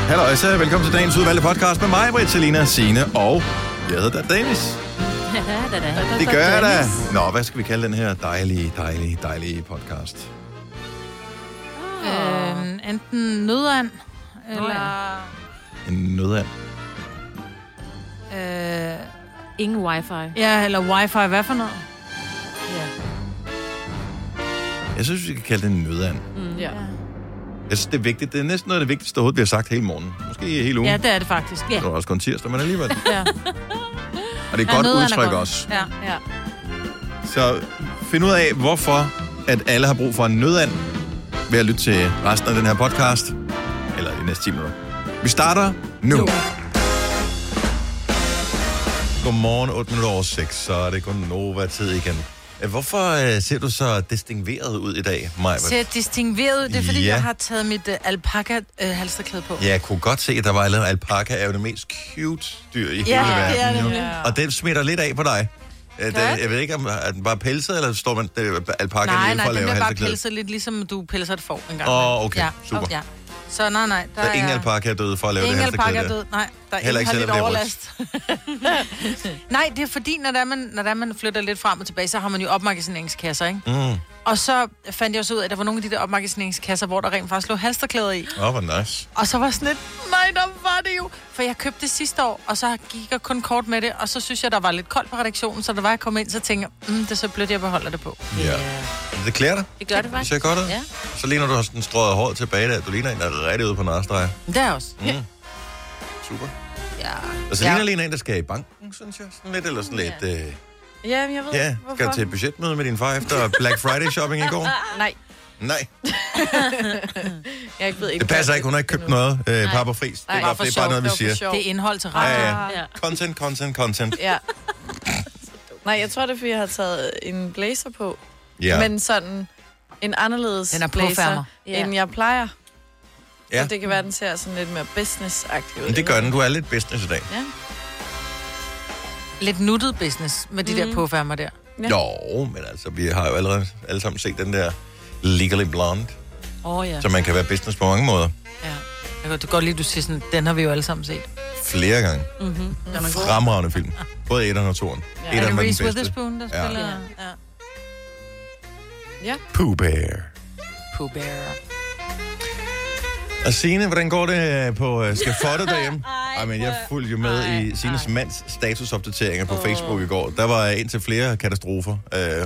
Hallo, så velkommen til dagens udvalgte podcast med mig, Britt, Selina, Signe og jeg hedder Dennis. Det gør jeg da. Nå, hvad skal vi kalde den her dejlige podcast? Enten nødand, eller... En nødand. Ingen wifi. Ja, eller wifi. Hvad for noget? Ja. Jeg synes, vi kan kalde det en nødand. Ja. Jeg synes, det er vigtigt. Det er næsten noget af det vigtigste overhovedet, vi har sagt hele morgenen. Måske hele ugen. Ja, det er det faktisk. Det var også kun tirsdag, men alligevel. Ja. Og det er et godt udtryk også. Ja. Så find ud af, hvorfor at alle har brug for en nødand ved at lytte til resten af den her podcast. Eller de næste 10 minutter. Vi starter nu. Godmorgen, 8 minutter over 6, så er det kun Nova-tid igen. Hvorfor ser du så distingveret ud i dag, Maja? Ser distingveret ud? Det er, fordi jeg har taget mit alpaka-halsterklæde på. Ja, jeg kunne godt se, at der var en alpaka, er jo det mest cute dyr i hele verden. Det. Og den smitter lidt af på dig. Jeg ved ikke, om er den bare pelset, eller står man alpakaen hjemme for at lave halsterklæde? Nej, den er bare pelset lidt, ligesom du pelser et får en gang. Okay, super. Ja. Så nej. Der er ingen alpaka døde for at lave det halsterklæde. Ingen alpaka død, nej. Der er heller ikke lidt overlast. Nej, det er fordi, når man flytter lidt frem og tilbage, så har man jo opmagasineringskasser, ikke? Mm. Og så fandt jeg også ud af, at der var nogle af de der opmagasineringskasser, hvor der rent faktisk lå halsterklæder i. Hvor nice. Og så var sådan lidt, nej, der var det jo. For jeg købte det sidste år, og så gik jeg kun kort med det, og så synes jeg, der var lidt koldt på redaktionen, så der var jeg kommet ind, så tænker det er så blødt, jeg beholder det på. Ja. Det klæder dig. Det gør det faktisk. Det ser godt ud. Ja. Så ligner du også den strøget håret tilbage der. Du ligner en, der er rigtig ude på nærstreger. Det er også. Mm. Super. Ja. Og så ligner en, der skal i banken, synes jeg. Sådan lidt, eller sådan lidt... Ja, jeg ved hvorfor. Skal du til budgetmøde med din far efter Black Friday shopping i går? Nej. Jeg ved ikke, det passer ikke. Hun har ikke købt noget Papa Fris. Det er bare noget, vi siger. Det er indhold til radio. Ja. Content. Ja. Nej, jeg tror, det er, fordi jeg har taget en blazer på. Ja. Men sådan en anderledes blazer, end jeg plejer. Ja. Så det kan være, den ser sådan lidt mere business-agtig ud. Men det gør den. Du er lidt business i dag. Ja. Lidt nuttet business med de der påfærmer der. Ja. Jo, men altså, vi har jo allerede alle sammen set den der Legally Blonde. Ja. Så man kan være business på mange måder. Ja. Jeg kan godt lide, du siger sådan, den har vi jo alle sammen set. Flere gange. Mm-hmm. Fremragende film. Både 1'eren og 2'eren. Ja. Er det Reese Witherspoon, der spiller? Ja. Pooh Bear. Og Signe, hvordan går det på skafottet derhjemme? Men jeg fulgte jo med i Signes mands statusopdateringer på Facebook i går. Der var indtil flere katastrofer.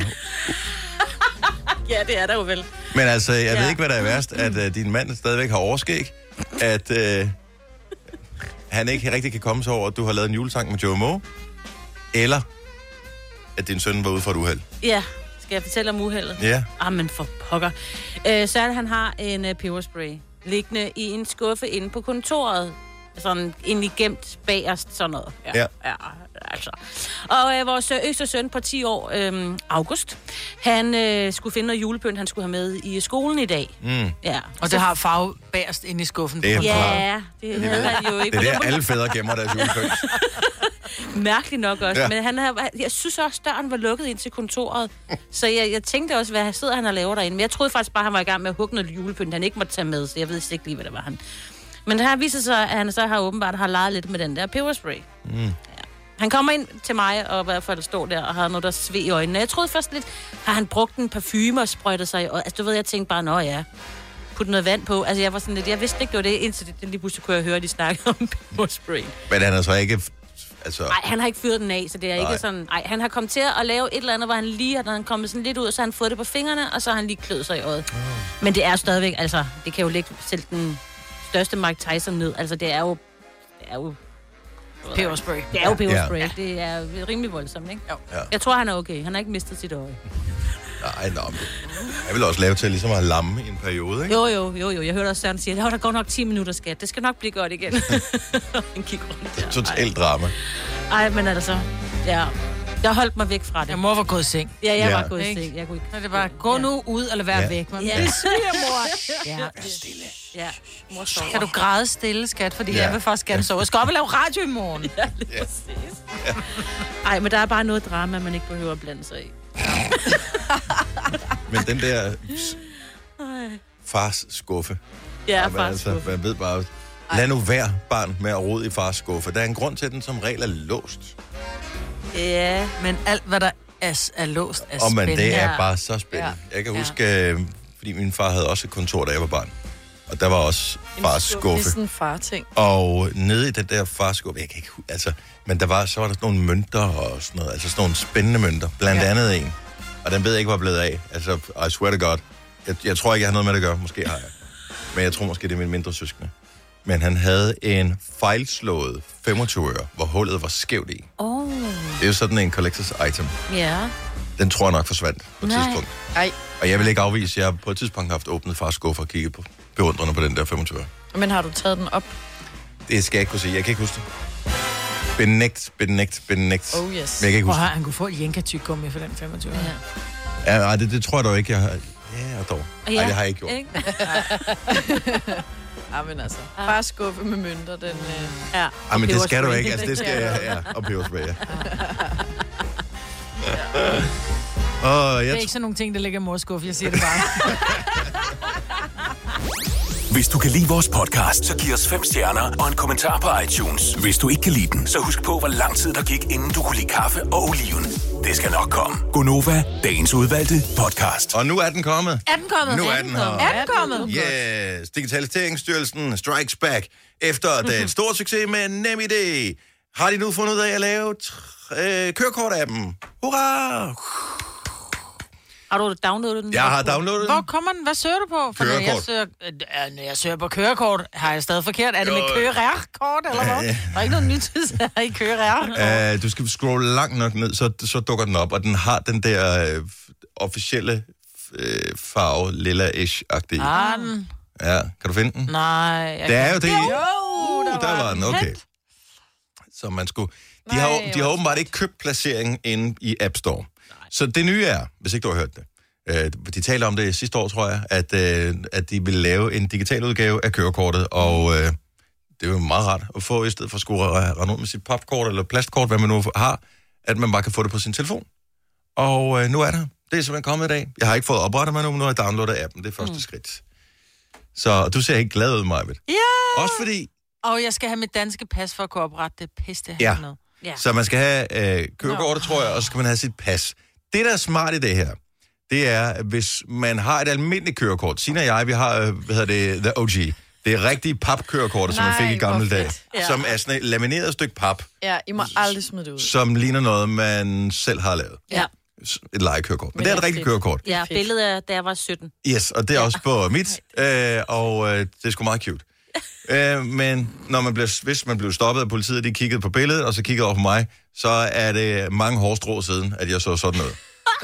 Ja, det er der jo vel. Men altså, jeg ved ikke, hvad der er værst, at din mand stadigvæk har overskæg. At han ikke rigtig kan komme sig over, at du har lavet en julesang med Joe Moe. Eller at din søn var ude for et uheld. Ja, skal jeg fortælle om uheldet? Ja. Men for pokker. Så han har en peberspray liggende i en skuffe inde på kontoret. Sådan egentlig gemt bagerst, sådan noget. Ja. Altså. Og vores yngste søn på 10 år, August, han skulle finde noget julepynt, han skulle have med i skolen i dag. Mm. Ja. Og det har farve bagerst inde i skuffen. Det er det havde han jo ikke. Det er der, alle fædre gemmer deres julepynt. Mærkeligt nok også. Ja. Men jeg synes også, døren var lukket ind til kontoret. Så jeg tænkte også, hvad sidder han og laver derinde. Men jeg troede faktisk bare, han var i gang med at hugge noget julepynt, han ikke måtte tage med. Så jeg ved ikke lige, hvad det var han. Men det her viser sig, at han så har leget lidt med den der peberspray. Mm. Ja. Han kommer ind til mig, og i hvert fald står der og har noget, der sved i øjnene. Jeg troede først lidt, har han brugt en parfume og sprøjtet sig i øjnene. Altså, du ved, jeg tænkte bare, putte noget vand på. Altså, jeg var sådan lidt, jeg vidste ikke, det var det, indtil det lige pludselig kunne jeg høre, at de snakkede om peberspray. Men han er så ikke... Altså... Nej, han har ikke fyret den af, så det er ikke sådan... Nej, han har kommet til at lave et eller andet, hvor han lige har kommet sådan lidt ud, og så har han fået det på fingrene, og så har han lige kløet sig i øjet. Men det er stadigvæk, altså, det kan jo lægge selv den største Mike Tyson ned. Altså, det er jo peberspray. Det er jo peberspray. Ja. Det er rimelig voldsomt, ikke? Ja. Jeg tror, han er okay. Han har ikke mistet sit øje. Nej, jeg vil også lave til ligesom at lamme i en periode, ikke? Jo. Jeg hørte også Søren sige, der går nok 10 minutter, skat. Det skal nok blive godt igen. Han kigger rundt der. Totalt drama. Ej, men altså, ja. Jeg holdt mig væk fra det. Jeg må være gået i seng. Ja, jeg var gået i seng. Jeg kunne ikke... Så det var, gå nu ud, eller vær væk. Man. Ja. Det er svigermor. Ja. Stille. Ja. Mor sover. Kan du græde stille, skat? Fordi jeg vil faktisk gerne sove. Jeg skal op og lave radio i morgen. Ja, lige præcis. Ej, men der er bare noget drama, man ikke behøver at blande sig i. Men den der fars skuffe. Ja, fars skuffe. Man ved bare... Lad nu være barn med at rode i fars skuffe. Der er en grund til, at den som regel er låst. Ja. Men alt, hvad der er låst, er Og men spændende. det er bare så spændende. Ja. Jeg kan huske, fordi min far havde også et kontor, da jeg var barn. Og der var også fars Det skuffe. er sådan en far-ting. Og nede i den der fars skuffe, jeg kan ikke altså, men så var der sådan nogle mønter og sådan noget, altså sådan nogle spændende mønter, blandt andet en. Og den ved jeg ikke, hvor blevet af. Altså, I swear to God. Jeg tror ikke, jeg har noget med det at gøre. Måske har jeg. Men jeg tror måske, det er min mindre søskende. Men han havde en fejlslået 25-øre, hvor hullet var skævt i. Det er jo sådan en collector's item. Ja. Den tror jeg nok forsvandt på et tidspunkt. Ej, Og jeg vil ikke afvise, at jeg på et tidspunkt har haft åbnet fars skuffe og kigget på beundrende på den der 25-øre. men har du taget den op? Det skal jeg ikke kunne sige. Jeg kan ikke huske det. Benægt. Oh yes. Men jeg kan ikke Prøv huske at han kunne få et jenka-tyggummi for den 25. Ja. det. Ja, det tror jeg dog ikke, jeg har. Ja, dog. Nej, det har jeg ikke gjort. Ja, men altså, fars skuffe med mønter, den... Ja. Ej, men det skal du peberspray. ikke. Altså, det skal jeg. Ja, og peberspray, ja. Og Det er jeg ikke sådan nogle ting, der ligger i mors skuffe, jeg siger det bare. Hvis du kan lide vores podcast, så giv os 5 stjerner og en kommentar på iTunes. Hvis du ikke kan lide den, så husk på, hvor lang tid der gik, inden du kunne lide kaffe og oliven. Det skal nok komme. Gonova, dagens udvalgte podcast. Og nu er den kommet. Er den kommet? Nu er den her. Er den kommet? Yes, Digitaliseringsstyrelsen strikes back. Efter den store succes med NemID, har de nu fundet ud af at lave kørekort-appen. Hurra! Har du downloadet den? Jeg har downloadet Hvor den. kommer den? Hvad søger du på? For Kørekort. når jeg søger på kørekort, har jeg stadig forkert. Er det med Jo. kørerkort, eller hvad? Der er ikke noget nyt i kører. Du skal scrolle langt nok ned, så dukker den op, og den har den der officielle farve, lilla-ish-agtige. Ja, kan du finde den? Nej. Det er jo det. der Der var den, okay. Så man skulle... De har åbenbart ikke købt placeringen inde i App Store. Så det nye er, hvis ikke du har hørt det, de taler om det sidste år, tror jeg, at de vil lave en digital udgave af kørekortet, og det er jo meget rart at få, i stedet for at skulle rende ud med sit papkort eller plastkort, hvad man nu har, at man bare kan få det på sin telefon. Og nu er det. Det er simpelthen kommet i dag. Jeg har ikke fået oprettet mig nu, men nu har jeg downloadet appen. Det er første skridt. Så du ser ikke glad ud, Majbet. Ja! Også fordi... Og jeg skal have mit danske pas for at kunne oprette det piste. Ja. Noget. Ja. Så man skal have kørekortet, tror jeg, og så skal man have sit pas. Det, der er smart i det her, det er, at hvis man har et almindeligt kørekort. Signe og jeg, vi har, The OG. Det er rigtige papkørekortet, som man fik i gamle hvor dage. fedt. Ja. Som er sådan et lamineret stykke pap, Ja, I må aldrig smide det ud. som ligner noget, man selv har lavet. Ja. Et legekørekort. Men Men det er et det er rigtigt fedt. kørekort. Ja, Fedt. billedet er, da jeg var 17. Yes, og det er også på mit, og det er sgu meget cute. Men når hvis man blev stoppet af politiet, de kiggede på billedet, og så kiggede over på mig, så er det mange hårstrå siden, at jeg så sådan noget.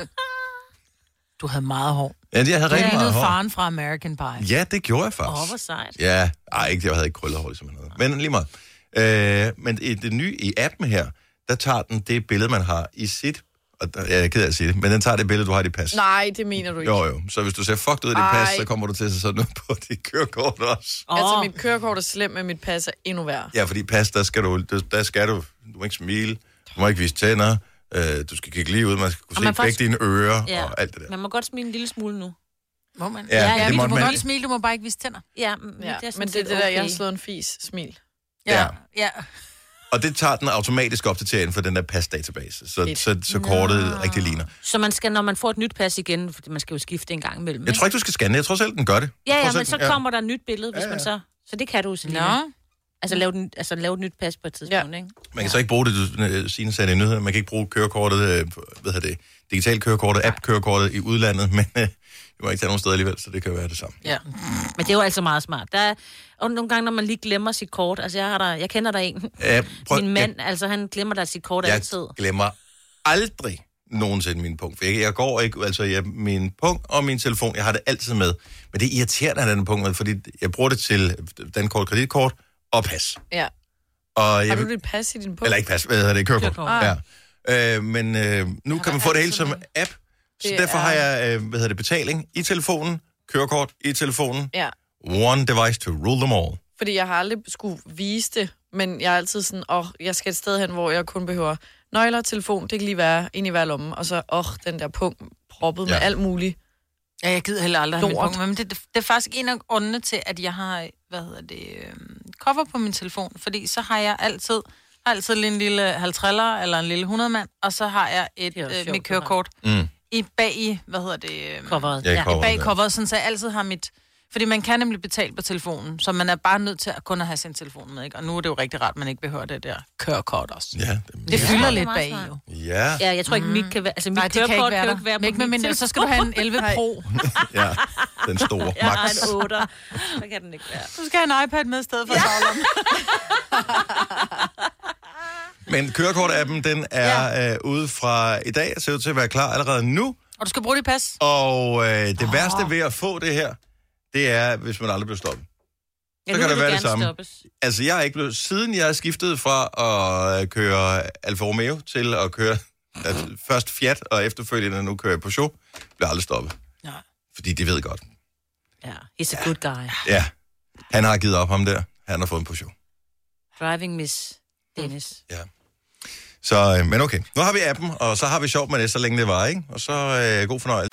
Du havde meget hår. Ja, jeg havde Du rigtig meget lignede hår. faren fra American Pie. Ja, det gjorde jeg faktisk. Hvor sejt. Ja, ikke, jeg havde ikke krøllet hår, ligesom han havde. Men lige meget. Men i det nye i appen her, der tager den det billede, man har i sit, og jeg er ked af at sige det, men den tager det billede, du har i dit pas. Nej, det mener du ikke. Jo. Så hvis du ser fucked ud i dit pas, så kommer du til at se sådan noget på dit kørekort også. Altså, mit kørekort er slemt, men mit pas er endnu værre. Ja, fordi pas, der skal du må ikke smile, du må ikke vise tænder, du skal kigge lige ud, man skal kunne Og se man begge dine ører Ja. og alt det der. Man må godt smile en lille smule nu. Må man? Ja, det du måtte må man godt ikke. smile, du må bare ikke vise tænder. Ja, Men det er det der, jeg har slået en fis smil. Ja. Og det tager den automatisk opdatering for den der pas-database, så kortet rigtig ligner. Så man skal, når man får et nyt pas igen, fordi man skal jo skifte en gang imellem. Jeg tror ikke, du skal scanne det. Jeg tror selv, den gør det. Ja, Tror men selv, så kommer der et nyt billede, hvis man så... Så det kan du, Selina. Altså lave et nyt pas på et tidspunkt, ikke? Man kan så ikke bruge det, Signe sagde det i nyheder, man kan ikke bruge kørekortet, digitalt kørekortet, app-kørekortet i udlandet, men vi må ikke tage nogen steder alligevel, så det kan jo være det samme. Ja. Men det er jo altså meget smart. Og nogle gange, når man lige glemmer sit kort, altså jeg kender der en. Min mand, altså han glemmer der sit kort altid. Jeg glemmer aldrig nogensinde min punkt. For jeg går ikke, altså min punkt og min telefon, jeg har det altid med. Men det er irriterende at have den punkt med, fordi jeg bruger det til dankort, kreditkort og pas. Ja. Og Har du dit pas i din punkt? Eller ikke pas, hvad hedder det? Kørekort. Ja. Men nu kan man få det hele som app, så derfor har jeg betaling i telefonen, kørekort i telefonen. Ja. One device to rule them all. Fordi jeg har aldrig skulle vise det, men jeg er altid sådan, jeg skal et sted hen, hvor jeg kun behøver nøgler og telefon, det kan lige være inde i hver lomme, og så, den der punkt proppet med alt muligt. Ja, jeg gider heller aldrig have min punkt, men det er faktisk en af grundene til, at jeg har, cover på min telefon, fordi så har jeg altid en lille 50'er eller en lille 100-mand, og så har jeg mit kørekort bag Coveret. bag coveret, sådan så jeg altid har mit... Fordi man kan nemlig betale på telefonen, så man er bare nødt til at kun have sin telefon med, ikke? Og nu er det jo rigtig rart, at man ikke behøver det der kørekort også. Ja, det fylder lidt bag i, jo. Ja. Ja, jeg tror ikke, mit kan være... Altså, mit Nej, kørekort kan ikke være der. Ikke med mindre, så skal du have en 11 Pro. Ja, den store. Jeg har Max. en 8'er. Så kan den ikke være. Du skal have en iPad med i stedet for tavlerne. Men kørekort-appen, den er ude fra i dag, ser ud til at være klar allerede nu. Og du skal bruge dit pas. Og det værste ved at få det her, det er, hvis man aldrig bliver stoppet. Ja, så kan det være det samme. Stoppes. Altså, jeg er ikke blevet... Siden jeg er skiftet fra at køre Alfa Romeo til at køre først Fiat, og efterfølgende nu kører jeg Peugeot, bliver aldrig stoppet. Ja. Fordi de ved godt. Ja, he's a good guy. Ja, han har givet op ham der. Han har fået en Peugeot. Driving Miss Dennis. Ja. Så, men okay. Nu har vi appen, og så har vi sjovt med det, så længe det var, ikke? Og så god fornøjelse.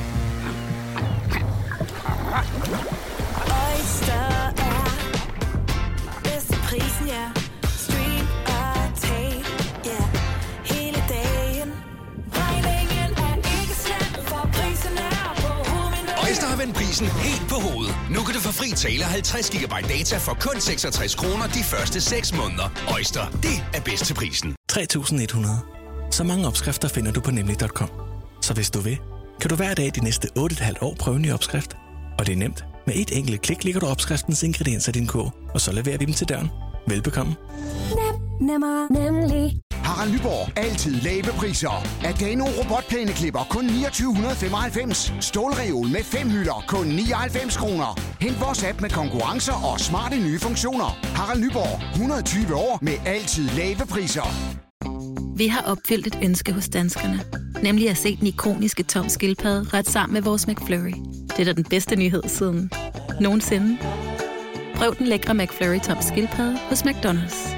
Øjster har vendt prisen helt på hovedet. Nu kan du få fri tale 50 GB data for kun 66 kroner de første 6 måneder. Øjster, det er bedst til prisen. 3.100. Så mange opskrifter finder du på nemlig.com. Så hvis du vil, kan du hver dag de næste 8,5 år prøve en ny opskrift. Og det er nemt. Med et enkelt klik ligger du opskriftens ingredienser i din kog, og så leverer vi dem til døren. Velbekomme. Nemmer, nemlig. Harald Nyborg. Altid lave priser. Adano robotplæneklipper kun 2995. Stålreol med 5 hylder kun 99 kroner. Hent vores app med konkurrencer og smarte nye funktioner. Harald Nyborg. 120 år med altid lave priser. Vi har opfyldt et ønske hos danskerne. Nemlig at se den ikoniske Tom Skildpadde ret sammen med vores McFlurry. Det er da den bedste nyhed siden nogensinde. Prøv den lækre McFlurry Tom Skildpadde hos McDonald's.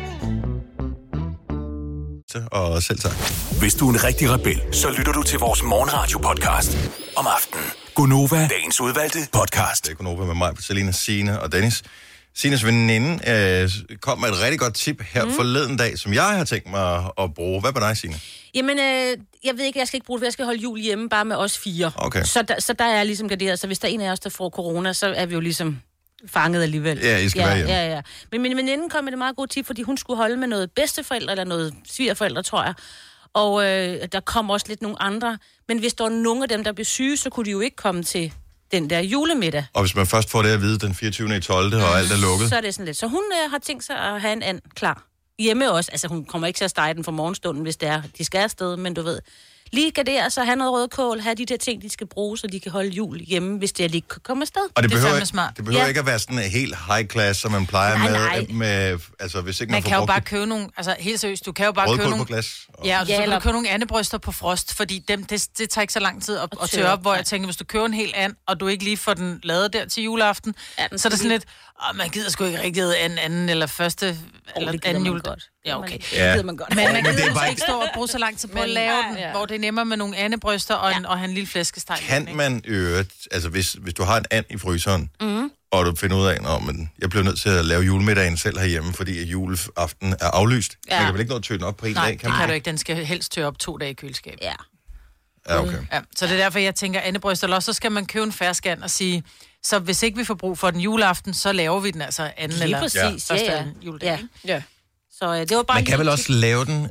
Og selv tak. Hvis du er en rigtig rebel, så lytter du til vores morgenradio-podcast om aftenen. Gonova, dagens udvalgte podcast. Det er Gonova med mig, Selina, Signe og Dennis. Sines veninde kom med et rigtig godt tip her forleden dag, som jeg har tænkt mig at bruge. Hvad med dig, Signe? Jamen, jeg ved ikke, jeg skal ikke bruge det, for jeg skal holde jul hjemme bare med os 4. Okay. Så der er ligesom garderet. Så hvis der er en af os, der får corona, så er vi jo ligesom fanget alligevel. Ja, I skal være hjemme. Ja. Men min veninde kom med et meget godt tip, fordi hun skulle holde med noget bedsteforældre, eller noget svigerforældre, tror jeg. Og der kom også lidt nogle andre. Men hvis der var nogen af dem, der blev syge, så kunne de jo ikke komme til den der julemiddag. Og hvis man først får det at vide den 24. i 12. og alt er lukket. Så er det sådan lidt. Så hun har tænkt sig at have en and klar. Hjemme også. Altså, hun kommer ikke til at stege den for morgenstunden, hvis det er, de skal afsted, men du ved. Lige gardere, så have noget rødkål, have de der ting, de skal bruge, så de kan holde jul hjemme, hvis det lige kan komme afsted. Og det behøver, smart. det behøver ikke at være sådan en helt high class, som man plejer med altså hvis ikke man kan jo bare købe nogle, altså helt seriøst, du kan jo bare købe nogle... på glas. Ja, og så kan du købe nogle andebryster på frost, fordi det tager ikke så lang tid at tørre op, hvor jeg tænker, hvis du køber en hel and, og du ikke lige får den lavet der til juleaften, så er det sådan lidt, man gider sgu ikke rigtig anden eller første, eller anden jul. Ja, okay. Det gider man godt. Men man gider måske ikke stå og bruge så lang tid på at lave den, hvor det er nemmere med nogle andebryster og en lille flæskesteg. Kan man altså hvis du har en and i fryseren, og du finder ud af, at jeg bliver nødt til at lave julemiddagen selv herhjemme, fordi at juleaften er aflyst. Ja. Man kan vel ikke nå at tø den op på en dag? Nej, det kan du ikke. Den skal helst tørre op 2 dage i køleskabet. Ja. Ja, okay. Ja, så det er derfor, jeg tænker andebryster, eller så skal man købe en fersk and og sige, så hvis ikke vi får brug for den juleaften, så laver vi den altså anden eller første juledag. Ja. Så det var bare man kan vel også lave den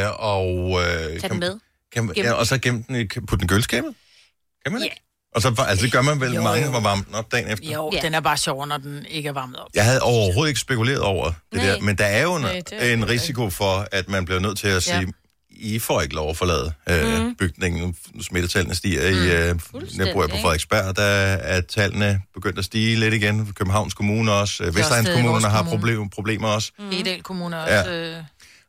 og... Tag den med. Og så gemme den på den køleskabet? Kan man ikke? Og så altså, det gør man vel mange, hvor varmt den op dagen efter? Jo, den er bare sjovere, når den ikke er varmet op. Jeg havde overhovedet ikke spekuleret over det der, men der er jo en risiko for, at man bliver nødt til at sige, I får ikke lov at forlade bygningen. Smittetallene stiger i Næbro på Frederiksberg, der er tallene begyndt at stige lidt igen. Københavns Kommune også. Vestegns Kommunerne har problemer også. Edal Kommune også. Ja.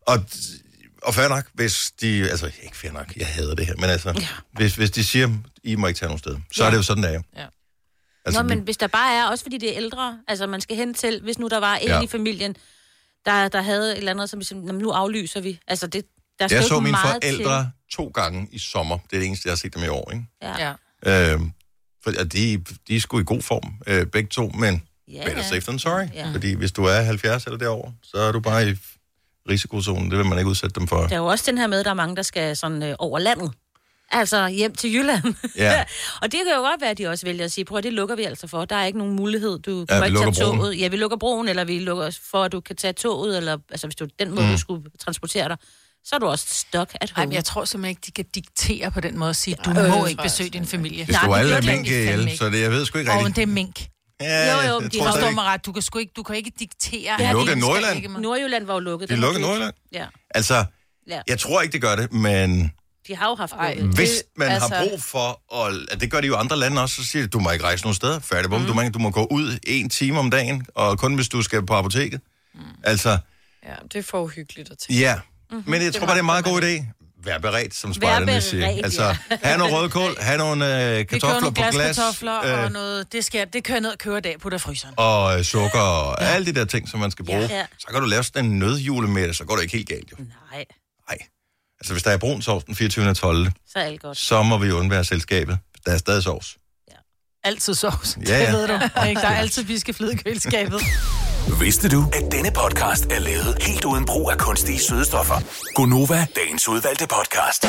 Og fair nok, hvis de... Altså, ikke fair nok, jeg hader det her, men altså... Hvis de siger, I må ikke tage nogen sted, så er det jo sådan, det er. Ja. Altså, men hvis der bare er, også fordi det er ældre, altså man skal hen til, hvis nu der var en i familien, der havde et eller andet, som nu aflyser vi. Altså, det, der jeg så mine forældre til 2 gange i sommer. Det er det eneste, jeg har set dem i år, ikke? Ja. For de er sgu i god form, begge to, men better safe than sorry. Fordi hvis du er 70 eller derover, så er du bare i risikozonen. Det vil man ikke udsætte dem for. Der er jo også den her med, at der er mange, der skal sådan over landet. Altså hjem til Jylland. Ja. Og det kan jo godt være, at de også vælger at sige, prøv at det lukker vi altså for. Der er ikke nogen mulighed. Du kan ikke tage toget. Ja, vi lukker broen, eller vi lukker for, at du kan tage toget, eller altså hvis du den måde, du skulle transportere dig, så er du også stuck at home. Ej, jeg tror simpelthen ikke, de kan diktere på den måde at sige, du må ikke besøge din familie. Det står alle mink ihjel, så det, jeg ved sgu ikke rigtigt. Det er mink. Ja, jo, de forstår mig ret. Du kan ikke diktere. De lukker Nordjylland. Nordjylland var jo lukket. De lukker Nordjylland? Ja. Altså, jeg tror ikke, det gør det, men... De har jo haft lukket. Hvis man har brug for, at det gør de jo andre lande også, så siger de, du må ikke rejse nogen steder. Færdig, du må gå ud 1 time om dagen, og kun hvis du skal på apoteket. Altså... Ja, det er for uhyggeligt at tænke. Ja, men jeg tror bare, det er en meget god idé. Vær beredt, som spejderne siger. Altså, have nogle rødkål, have nogle kartofler på glas. Kartofler og noget, det kører ned og kører dag på der fryseren. Og sukker og alle de der ting, som man skal bruge. Ja. Så kan du lave sådan en nødjulemiddag, så går det ikke helt galt, jo. Nej. Altså, hvis der er brun sovs den 24. 12. Så er alt godt. Så må vi undvære selskabet. Der er stadig sovs. Ja. Altid sovs. Ja. Det ved du. Der er altid fiskeflid i køleskabet. Vidste du, at denne podcast er lavet helt uden brug af kunstige sødestoffer? Gonova, dagens udvalgte podcast.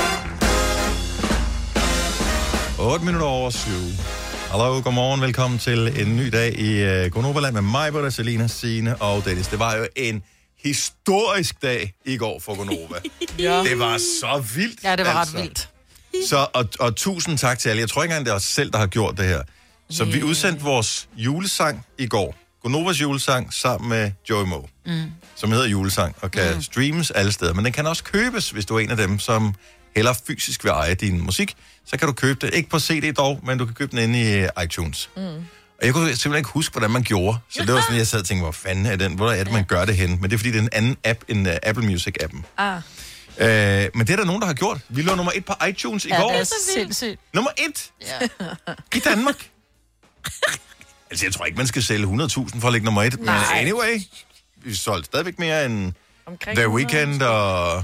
8 minutter over 7. Hallo, godmorgen. Velkommen til en ny dag i Gonova-land med mig, Britta, Selina, Signe og Dennis. Det var jo en historisk dag i går for Gonova. Ja. Det var så vildt. Ja, det var ret vildt. Så, og tusind tak til alle. Jeg tror ikke engang, det er os selv, der har gjort det her. Så vi udsendte vores julesang i går. Gonovas julesang sammen med Joey Moe, som hedder julesang og kan streames alle steder. Men den kan også købes, hvis du er en af dem, som hellere fysisk vil eje din musik. Så kan du købe det. Ikke på CD dog, men du kan købe den inde i iTunes. Og jeg kunne simpelthen ikke huske, hvordan man gjorde. Så det var sådan, jeg sad og tænkte, hvor fanden er den? Hvor er det, man gør det henne? Men det er, fordi det er en anden app end Apple Music-appen. Men det er der nogen, der har gjort. Vi lå nummer 1 på iTunes i går. Det er så sindssygt. Nummer 1 i Danmark. Altså, jeg tror ikke, man skal sælge 100.000 for at lægge nummer 1. Men anyway, vi solgte stadigvæk mere end The Weeknd og...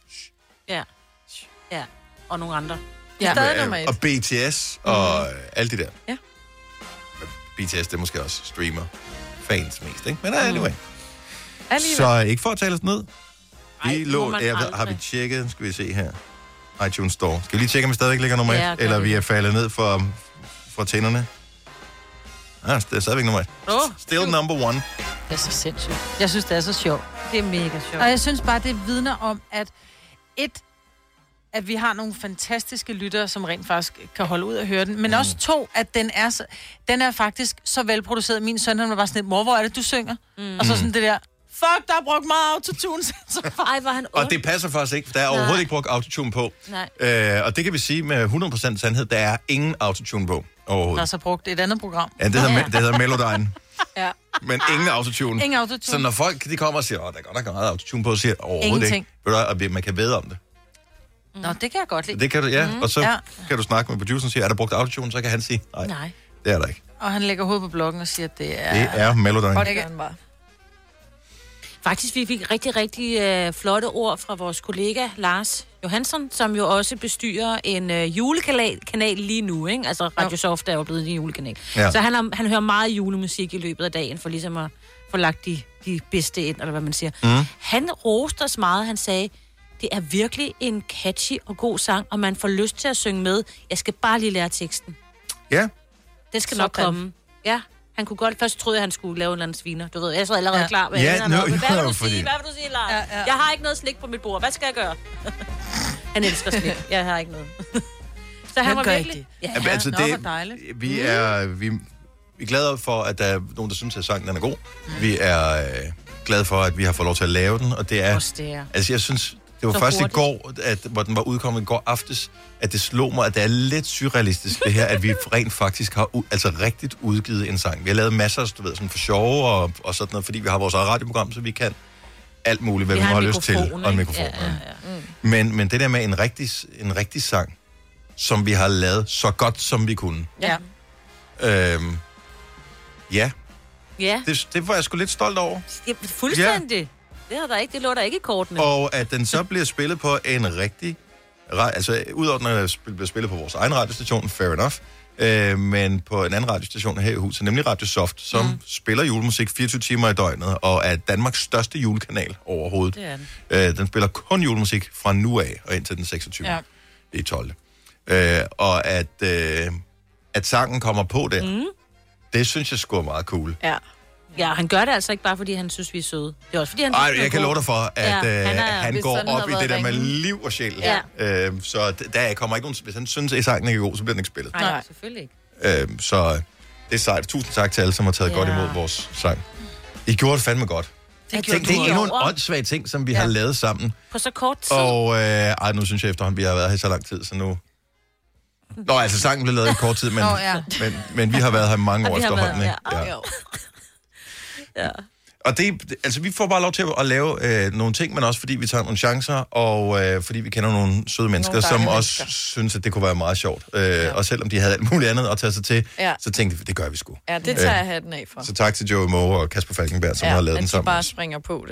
Ja. Og nogle andre. Og BTS og alle de der. Ja. BTS, det er måske også streamer. Fans mest, ikke? Men anyway. Så ikke for at tale os ned. Har vi tjekket, skal vi se her. iTunes Store. Skal vi lige tjekke, om vi stadigvæk ligger nummer 1? Eller vi er faldet ned for tænderne? Det er stadigvæk nummer 1. Still number 1. Det er så sindssygt. Jeg synes, det er så sjovt. Det er mega sjovt. Og jeg synes bare, det vidner om, at vi har nogle fantastiske lyttere, som rent faktisk kan holde ud og høre den. Men også 2, at den er faktisk så velproduceret. Min søn, han var bare sådan lidt, mor, hvor er det, du synger? Og så sådan det der, fuck, der er brugt meget autotune. Ej, var han og det passer faktisk ikke, for der er overhovedet ikke brugt autotune på. Og det kan vi sige med 100% sandhed, der er ingen autotune på overhovedet. Der er så brugt et andet program. Ja, det hedder Melodyne. Ja. Men ingen autotune. Ingen autotune. Så når folk de kommer og siger, der er godt nok meget autotune på, så siger overhovedet ikke. Ved du, man kan væde om det. Nå, det kan jeg godt lide. Det kan du, og så kan du snakke med produceren og sige, er der brugt autotune, så kan han sige, nej, det er der ikke. Og han lægger hovedet på bloggen og siger, at det er... Det er Melodyne. Og det kan han bare. Faktisk, vi fik rigtig flotte ord fra vores kollega Lars Johansson, som jo også bestyrer en julekanal lige nu, ikke? Altså Radio Soft er jo blevet en julekanal. Ja. Så han hører meget julemusik i løbet af dagen, for ligesom at få lagt de bedste ind, eller hvad man siger. Han roste os meget, han sagde, det er virkelig en catchy og god sang, og man får lyst til at synge med. Jeg skal bare lige lære teksten. Ja. Det skal nok komme. Ja. Han kunne godt... Først troede jeg, han skulle lave en eller anden sviner. Du ved, jeg så allerede klar. Hvad vil du sige? Hvad vil du sige, Lars? Ja. Jeg har ikke noget slik på mit bord. Hvad skal jeg gøre? Han elsker slik. Jeg har ikke noget. Så han var virkelig... Altså, det dejligt. Vi er glade for, at der er nogen, der synes, at sangen den er god. Vi er glade for, at vi har fået lov til at lave den. Og det er... Altså, jeg synes... Det var først i går, hvor den var udkommet i går aftes, at det slog mig, at det er lidt surrealistisk det her, at vi rent faktisk har rigtigt udgivet en sang. Vi har lavet masser, du ved, sådan for sjove og sådan noget, fordi vi har vores eget radioprogram, så vi kan alt muligt, hvad vi har lyst til. Og en mikrofon. Ja. Men det der med en rigtig sang, som vi har lavet så godt, som vi kunne. Ja. Det var jeg sgu lidt stolt over. Fuldstændig. Ja. Det lå der ikke i kortene. Og at den så bliver spillet på en rigtig... Altså, udover den bliver spillet på vores egen radiostation, fair enough, men på en anden radiostation her i huset, nemlig Radio Soft, som spiller julemusik 24 timer i døgnet, og er Danmarks største julekanal overhovedet. Det er den. Den spiller kun julemusik fra nu af, og indtil den 26. Ja. Det er 12. Og at sangen kommer på der, det synes jeg sgu er meget cool. Ja. Ja, han gør det altså ikke bare, fordi han synes, vi er søde. Det er også, fordi han synes, jeg kan love dig for, at han går op i det der med liv og sjæl. Ja. Så der kommer ikke nogen... Hvis han synes, at sangen ikke er god, så bliver den ikke spillet. Nej, selvfølgelig ikke. Så det er sejt. Tusind tak til alle, som har taget godt imod vores sang. I gjorde det fandme godt. Det er endnu en åndssvag ting, som vi har lavet sammen. På så kort tid. Og nu synes jeg efterhånden, vi har været her så lang tid, så nu... Nå, altså sangen blev lavet i kort tid, men vi har været her mange år efterhånden. Ja. Og vi får bare lov til at lave nogle ting, men også fordi vi tager nogle chancer, og fordi vi kender nogle søde mennesker, som også synes, at det kunne være meget sjovt. Og selvom de havde alt muligt andet at tage sig til, så tænkte vi, det gør vi sgu. Ja, det tager jeg hatten af for. Så tak til Joey Moe og Kasper Falkenberg, som har lavet den sammen. Ja, at de bare springer på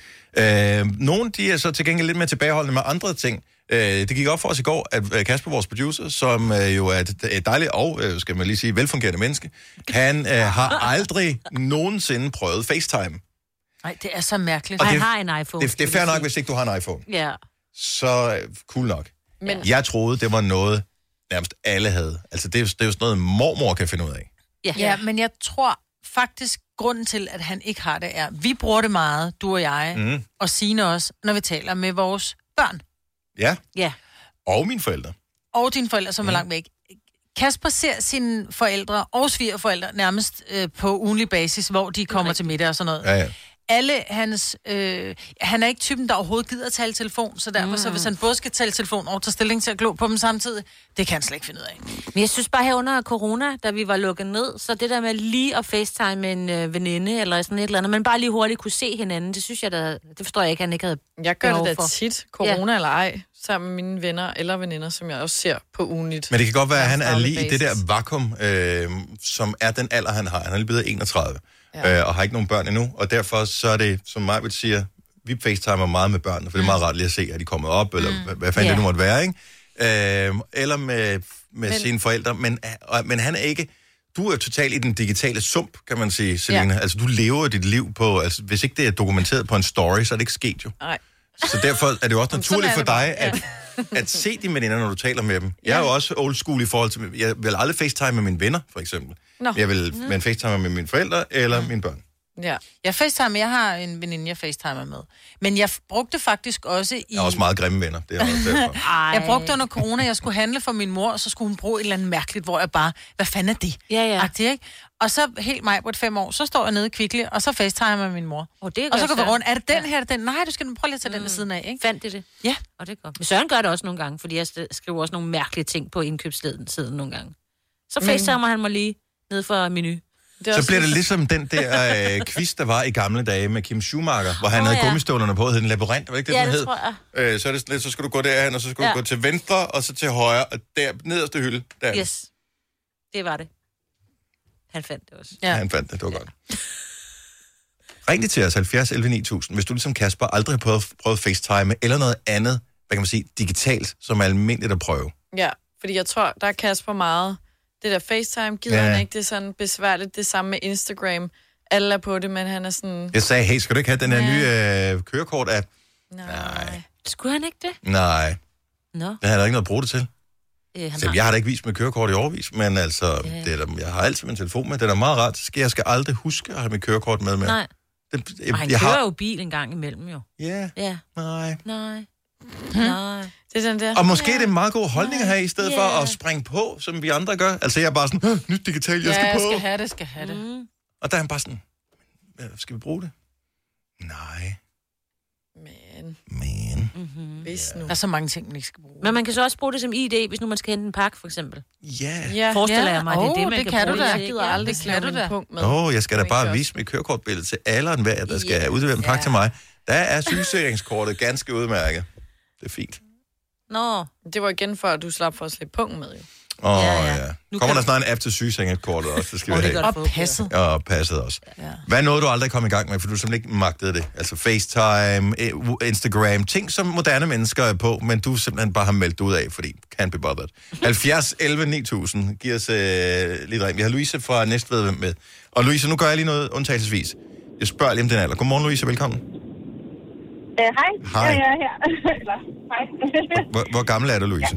der. Nogle, de er så til gengæld lidt mere tilbageholdende med andre ting. Det gik op for os i går, at Kasper, vores producer, som jo er et dejligt og, skal man lige sige, velfungerende menneske, han har aldrig nogensinde prøvet FaceTime. Nej, det er så mærkeligt. Og han har en iPhone. Det er fair nok, hvis ikke du har en iPhone. Ja. Så cool nok. Men jeg troede, det var noget, nærmest alle havde. Altså, det er jo sådan noget, mormor kan finde ud af. Ja, men jeg tror faktisk, grunden til, at han ikke har det, er, vi bruger det meget, du og jeg, og Signe også, når vi taler med vores børn. Ja. Og mine forældre. Og dine forældre, som er langt væk. Kasper ser sine forældre og svigerforældre nærmest på ugenlig basis, hvor de kommer til middag og sådan noget. Ja. Alle hans... han er ikke typen, der overhovedet gider at tale telefon, så derfor, så hvis han både skal tale telefon og tage stilling til at glo på dem samtidig, det kan han slet ikke finde ud af. Men jeg synes bare her under corona, da vi var lukket ned, så det der med lige at FaceTime med en veninde eller sådan et eller andet, men bare lige hurtigt kunne se hinanden, det synes jeg da, det forstår jeg ikke, han ikke havde. Jeg gør det da tit, corona eller ej, sammen med mine venner eller veninder, som jeg også ser på ugenligt. Men det kan godt være, at han er lige i det der vakuum, som er den alder, han har. Han er lige blevet 31. Og har ikke nogen børn endnu, og derfor så er det, som Majbert siger, vi facetimer meget med børnene, for det er meget rart lige at se, at de er kommet op, eller hvad fanden det nu måtte være, ikke? Eller med sine forældre, men han er ikke... Du er totalt i den digitale sump, kan man sige, Selina. Altså, du lever dit liv på... Altså, hvis ikke det er dokumenteret på en story, så er det ikke sket jo. Nej. Så derfor er det jo også naturligt for dig, at se dine veninder, når du taler med dem. Jeg er jo også old school i forhold til... Jeg vil aldrig facetime med mine venner, for eksempel. Jeg vil facetime med mine forældre eller mine børn. Ja. Jeg har en veninde, jeg facetimer med. Men jeg brugte faktisk også i... Jeg har også meget grimme venner, det er også derfor. Jeg brugte under corona, jeg skulle handle for min mor, og så skulle hun bruge et eller andet mærkeligt, hvor jeg bare, hvad fanden er det? Agtigt, ikke? Og så helt mig på 5 år, så står jeg nede i Kvickly, og så facetimer med min mor. Og så går vi rundt, er det den her, den? Nej, du skal prøve lige at tage den ved siden af, ikke? Fandt det? Ja. Og det er godt. Men Søren gør det også nogle gange, fordi jeg skriver også nogle mærkelige ting på indkøbssiden nogle gange. Så facetimer han mig lige ned for menu. Så bliver det ligesom den der quiz, der var i gamle dage med Kim Schumacher, hvor han havde gummistøvlerne på, hed en labyrint, var det ikke det, den hed? Jeg. Så er det lidt, så skal du gå derhen, og så skal du gå til venstre, og så til højre, og der nederste hylde. Der. Yes, det var det. Han fandt det også. Ja, han fandt det var godt. Ring til os, 70 11 9000, hvis du ligesom Kasper aldrig har prøvet FaceTime, eller noget andet, hvad kan man sige, digitalt, som er almindeligt at prøve. Ja, fordi jeg tror, der er Kasper meget... Det der FaceTime gider han ikke, det er sådan besværligt. Det samme med Instagram. Alle er på det, men han er sådan... Jeg sagde, hey, skal du ikke have den her nye kørekort-app? Nej. Skulle han ikke det? Nej. Nå. Det har der ikke noget at bruge det til. Jeg har da ikke vist mit kørekort i årevis, men altså, det er der, jeg har altid min telefon med. Det er da meget rart. Jeg skal aldrig huske at have mit kørekort med. Nej. Han kører jo bil en gang imellem, jo. Ja. Nej. Det er den der. Og måske det er en meget god holdning at have, i stedet for at springe på, som vi andre gør. Altså, jeg er bare sådan, nyt digitalt, jeg skal på. Jeg skal have det. Og der er han bare sådan, skal vi bruge det? Nej. Men. Hvis nu. Der er så mange ting, man ikke skal bruge. Men man kan så også bruge det som ID, hvis nu man skal hente en pakke, for eksempel. Ja. Forestiller jeg mig, det er det, man kan bruge du da. det. Jeg gider aldrig klare en punkt med. Jeg skal da bare vise mit kørekortbillede til alle og enhver, der skal udlevere en pakke til mig. Der er sygesikringskortet ganske udmærket. Det er fint. Nå. Det var igen for, at du slap for at slippe punkten med, jo. Kommer der snart en app til sygesengekortet også? Det skal vi have. Og passet. Ja, og passet også. Ja. Hvad er noget, du aldrig kom i gang med, for du simpelthen ikke magtede det? Altså FaceTime, Instagram, ting som moderne mennesker er på, men du simpelthen bare har meldt ud af, fordi can't be bothered. 70 11 9000. Giv os lidt ring. Vi har Louise fra Næstved med. Og Louise, nu gør jeg lige noget undtagelsesvis. Jeg spørger lige om den alder. Godmorgen, Louise. Velkommen. Hej. Hej. Jeg er her. Hej. Hvor gammel er du, Louise?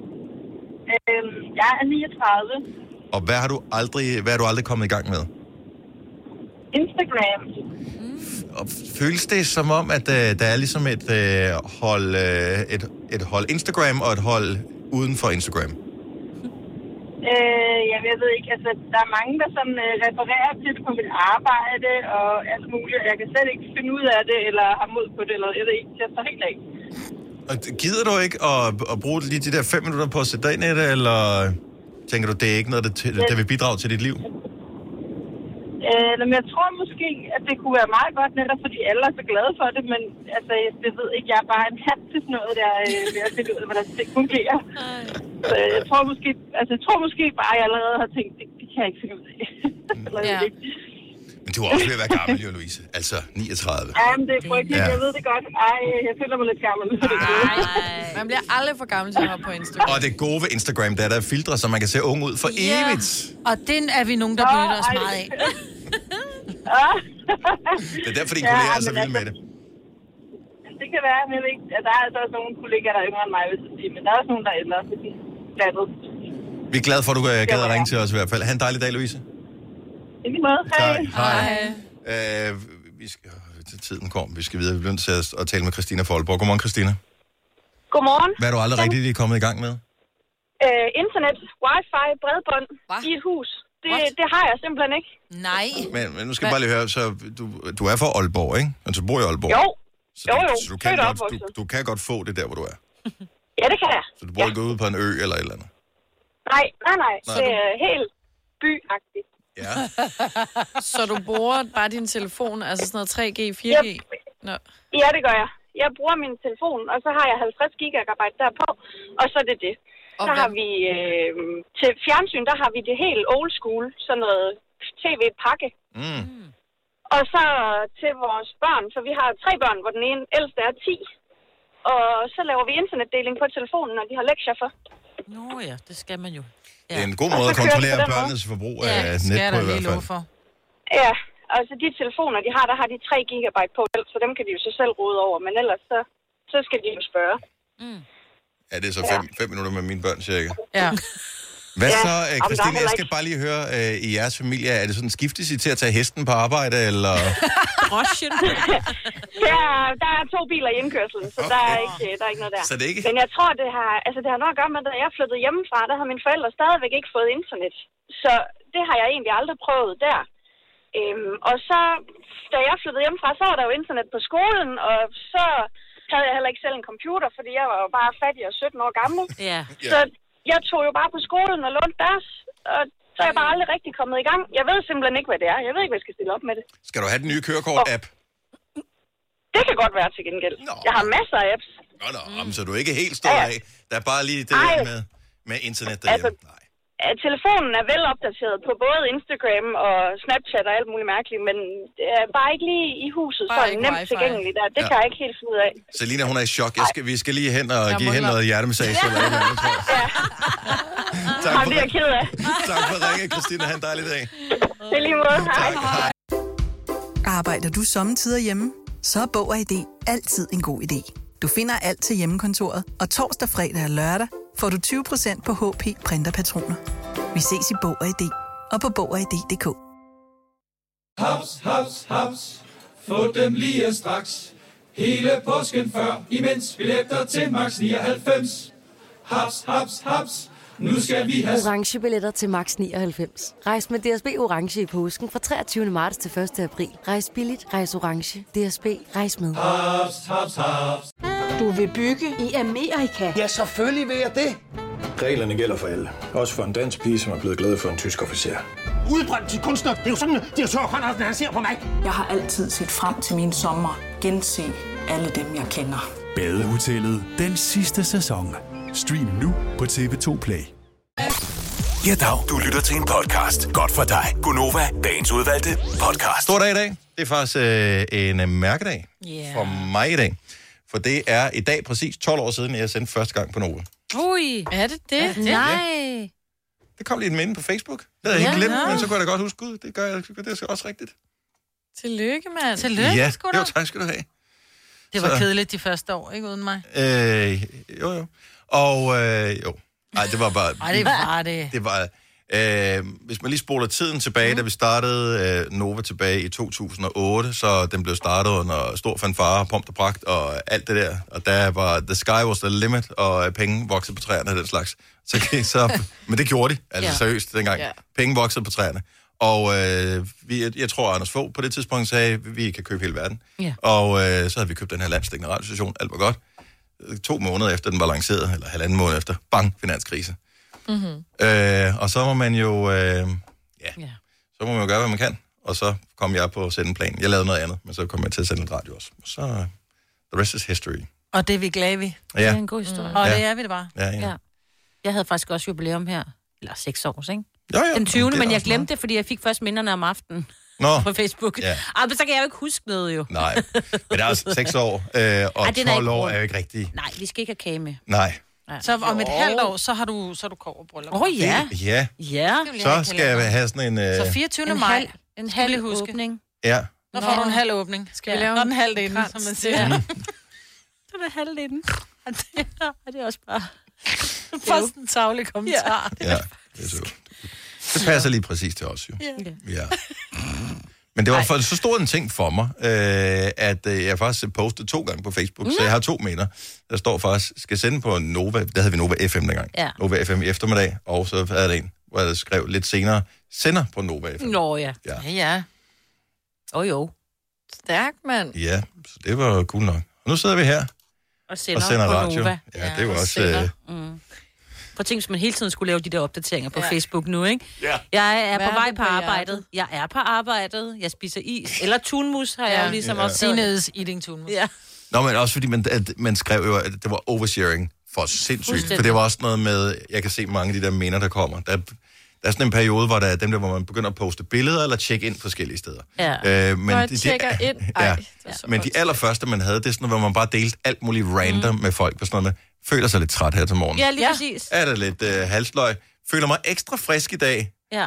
Jeg er 39. Og hvad er du aldrig kommet i gang med? Instagram. Og føles det som om, at der er ligesom et hold Instagram og et hold uden for Instagram? Jeg ved ikke, altså der er mange, der sådan refererer til det på mit arbejde og alt muligt. Jeg kan slet ikke finde ud af det, eller har mod på det, eller jeg ved ikke, jeg står helt af. Og gider du ikke at bruge lige de der 5 minutter på at sætte dig ind i det, eller tænker du, det er ikke noget, der vil bidrage til dit liv? Men jeg tror måske, at det kunne være meget godt, netop fordi alle er så glade for det, men altså, jeg ved ikke, jeg er bare en hat til sådan noget, der ved at finde ud af, hvordan det fungerer. Så jeg tror måske bare, at jeg allerede har tænkt, det kan jeg ikke finde ud af. Men du er også ved at være gammel, jo, Louise. Altså 39. Jamen, det er frygteligt. Ja. Jeg ved det godt. Jeg føler mig lidt gammel. Man bliver aldrig for gammel til at hoppe på Instagram. Og det gode ved Instagram, der er filtre, så man kan se ung ud for evigt. Og den er vi nogen, der benytter os meget af. Det er derfor, dine kolleger er så vilde med det. Det kan være, men ikke. Der er altså også nogle kollegaer, der er yngre end mig, hvis jeg siger, men der er også nogen, der ændrer sig glattet. Vi er glade for, at du gad at ringe til os i hvert fald. Ha' en dejlig dag, Louise. I lige måde. Hej. Vi skal, tiden kom. Vi skal videre. Vi bliver nødt til at tale med Christina Folborg. Godmorgen, Christina. Godmorgen. Hvad er du aldrig rigtig kommet i gang med? Internet, wifi, bredbånd i et hus. Det har jeg simpelthen ikke. Nej. Men nu skal jeg bare lige høre, så du er fra Aalborg, ikke? Altså, du bor i Aalborg. Jo. Så du kan godt få det der, hvor du er. Ja, det kan jeg. Så du bor ikke ude på en ø eller et eller andet? Nej. Det er helt byagtigt. Ja. Så du bruger bare din telefon, altså sådan noget 3G, 4G? Ja, det gør jeg. Jeg bruger min telefon, og så har jeg 50 gigabyte derpå, og så er det det. Så har vi til fjernsyn, der har vi det helt old school, sådan noget tv-pakke. Og så til vores børn, så vi har 3 børn, hvor den ene ældste er 10. Og så laver vi internetdeling på telefonen, når de har lektier for. Nå ja, det skal man jo. Det er en god måde at kontrollere børnenes forbrug af net på i hvert fald. Ja, altså de telefoner, de har, der har de 3 gigabyte på, så dem kan de jo så selv rode over, men ellers så skal de jo spørge. Ja, det er så 5 minutter med mine børn, cirka. Ja. Hvad så, Christine, jeg skal bare lige høre, i jeres familie, er det sådan, skiftes I til at tage hesten på arbejde, eller? Ja, der er 2 biler i indkørslen, så der er ikke noget der. Så det er ikke? Men jeg tror, det har noget at gøre med, at jeg flyttede hjemmefra, der har mine forældre stadigvæk ikke fået internet. Så det har jeg egentlig aldrig prøvet der. Og så, da jeg flyttede hjemmefra, så var der jo internet på skolen, og så havde jeg heller ikke selv en computer, fordi jeg var jo bare fattig og 17 år gammel. Ja. Så jeg tog jo bare på skolen og lånte deres, og så er jeg bare aldrig rigtig kommet i gang. Jeg ved simpelthen ikke, hvad det er. Jeg ved ikke, hvad jeg skal stille op med det. Skal du have den nye kørekort-app? Det kan godt være til gengæld. Jeg har masser af apps. Så du er ikke helt stået af. Der er bare lige det der med internet derhjemme. Altså, telefonen er vel opdateret på både Instagram og Snapchat og alt muligt mærkeligt, men det er bare ikke lige i huset så nemt tilgængeligt der. Det kan jeg ikke helt finde ud af. Selina, hun er i chok. Vi skal lige hen og give hende noget hjertemassage eller noget andet, tror jeg. Ja. Tak for, det er jeg ked af. Tak for ringe, Christina. Ha' en dejlig dag. Det er lige måde. Hej. Arbejder du sommetider hjemme? Så er Bog og ID altid en god idé. Du finder alt til hjemmekontoret, og torsdag, fredag og lørdag får du 20% på HP printerpatroner. Vi ses i Bog og ID og på Bog og ID.dk. Haps, haps, haps. Få dem lige straks. Hele påsken før, imens billetter til max 99. Haps, haps, haps. Nu skal vi have orange billetter til max 99. Rejs med DSB orange i påsken fra 23. marts til 1. april. Rejs billigt, rejs orange. DSB, rejs med. Haps, haps, haps. Du vil bygge i Amerika? Ja, selvfølgelig vil jeg det. Reglerne gælder for alle. Også for en dansk pige, som er blevet glad for en tysk officer. Udbrændt til kunstner. Det er jo sådan, at de har tørt, han ser på mig. Jeg har altid set frem til min sommer. Gense alle dem, jeg kender. Badehotellet den sidste sæson. Stream nu på TV2 Play. Ja, dag. Du lytter til en podcast. Godt for dig. Gonova, dagens udvalgte podcast. Stor dag i dag. Det er faktisk en mærkedag for mig i dag. For det er i dag præcis 12 år siden, jeg sendte første gang på Nova. Ui. Er det det? Nej. Det kom lige et minde på Facebook. Det havde jeg helt glemt, men så kunne jeg da godt huske, gud, det gør jeg. Det er også rigtigt. Tillykke, mand. Tillykke, ja, sgu da. Jo, tak skal du have. Det var kedeligt de første år, ikke uden mig? Jo. Og jo. Nej, det var bare... Nej, det var det. Det var... hvis man lige spoler tiden tilbage, da vi startede Nova tilbage i 2008, så den blev startet under stor fanfare, pomp og pragt og alt det der. Og der var the sky was the limit, og penge voksede på træerne og den slags. Men det gjorde de, altså seriøst dengang. Yeah. Penge voksede på træerne. Og jeg tror, Anders Fogh på det tidspunkt sagde, at vi kan købe hele verden. Yeah. Og så havde vi købt den her landsdækkende radiostation. Alt var godt. 2 måneder efter den var lanceret, eller 1,5 måned efter, bang, finanskrise. Mm-hmm. Og så må man jo så må man jo gøre, hvad man kan. Og så kom jeg på sendeplan. Jeg lavede noget andet, men så kom jeg til at sende en radio også. Så the rest is history. Og det er vi glade ved. Ja. Det er en god historie. Og det er vi det bare. Ja. Jeg havde faktisk også jubilæum her. Eller 6 år, ikke? Jo. Den 20. Men jeg glemte det, fordi jeg fik først minderne om aftenen. På Facebook. Ja. Men så kan jeg jo ikke huske noget, jo. Nej, men det er også 6 år, og 12 år er jo ikke rigtigt. Nej, vi skal ikke have kage med. Nej. Så om et halvt år, så har du kobberbryllup. Ja. Så skal jeg have sådan en... Så 24. maj. En halv åbning. Ja. Nå får du en halv åbning. Skal vi lave en halv inden, som man siger. Så er det halvt inden. Og det er også bare... Først en tavlig kommentar. Ja, det er så. Det passer lige præcis til os, jo. Ja. Men det var for så stor en ting for mig, at jeg faktisk postede 2 gange på Facebook, så jeg har 2 mener. Der står faktisk, skal sende på Nova, der havde vi Nova FM dengang. Ja. Nova FM i eftermiddag, og så havde der en, hvor jeg skrev lidt senere, sender på Nova FM. Nå ja. Jo. Stærk, mand. Ja, så det var cool nok. Og nu sidder vi her og sender på radio. Nova. Ja, det var også... For ting, som man hele tiden skulle lave de der opdateringer på Facebook nu, ikke? Ja. Jeg er på vej på arbejdet. Jeg er på arbejdet. Jeg spiser is. Eller tunmus har jeg jo ligesom også. Sine's eating tunmus. Ja. Nå, men også fordi man skrev jo, at det var oversharing for sindssygt. For det var også noget med, jeg kan se mange af de der mener, der kommer. Der er sådan en periode, hvor der er dem der, hvor man begynder at poste billeder eller tjekke ind forskellige steder. Ja. Men de tjekker ind. Men de allerførste, man havde, det er sådan noget, hvor man bare delte alt muligt random med folk. På sådan noget med, føler sig lidt træt her til morgen. Ja, lige præcis. Er der lidt halsløg? Føler mig ekstra frisk i dag. Ja.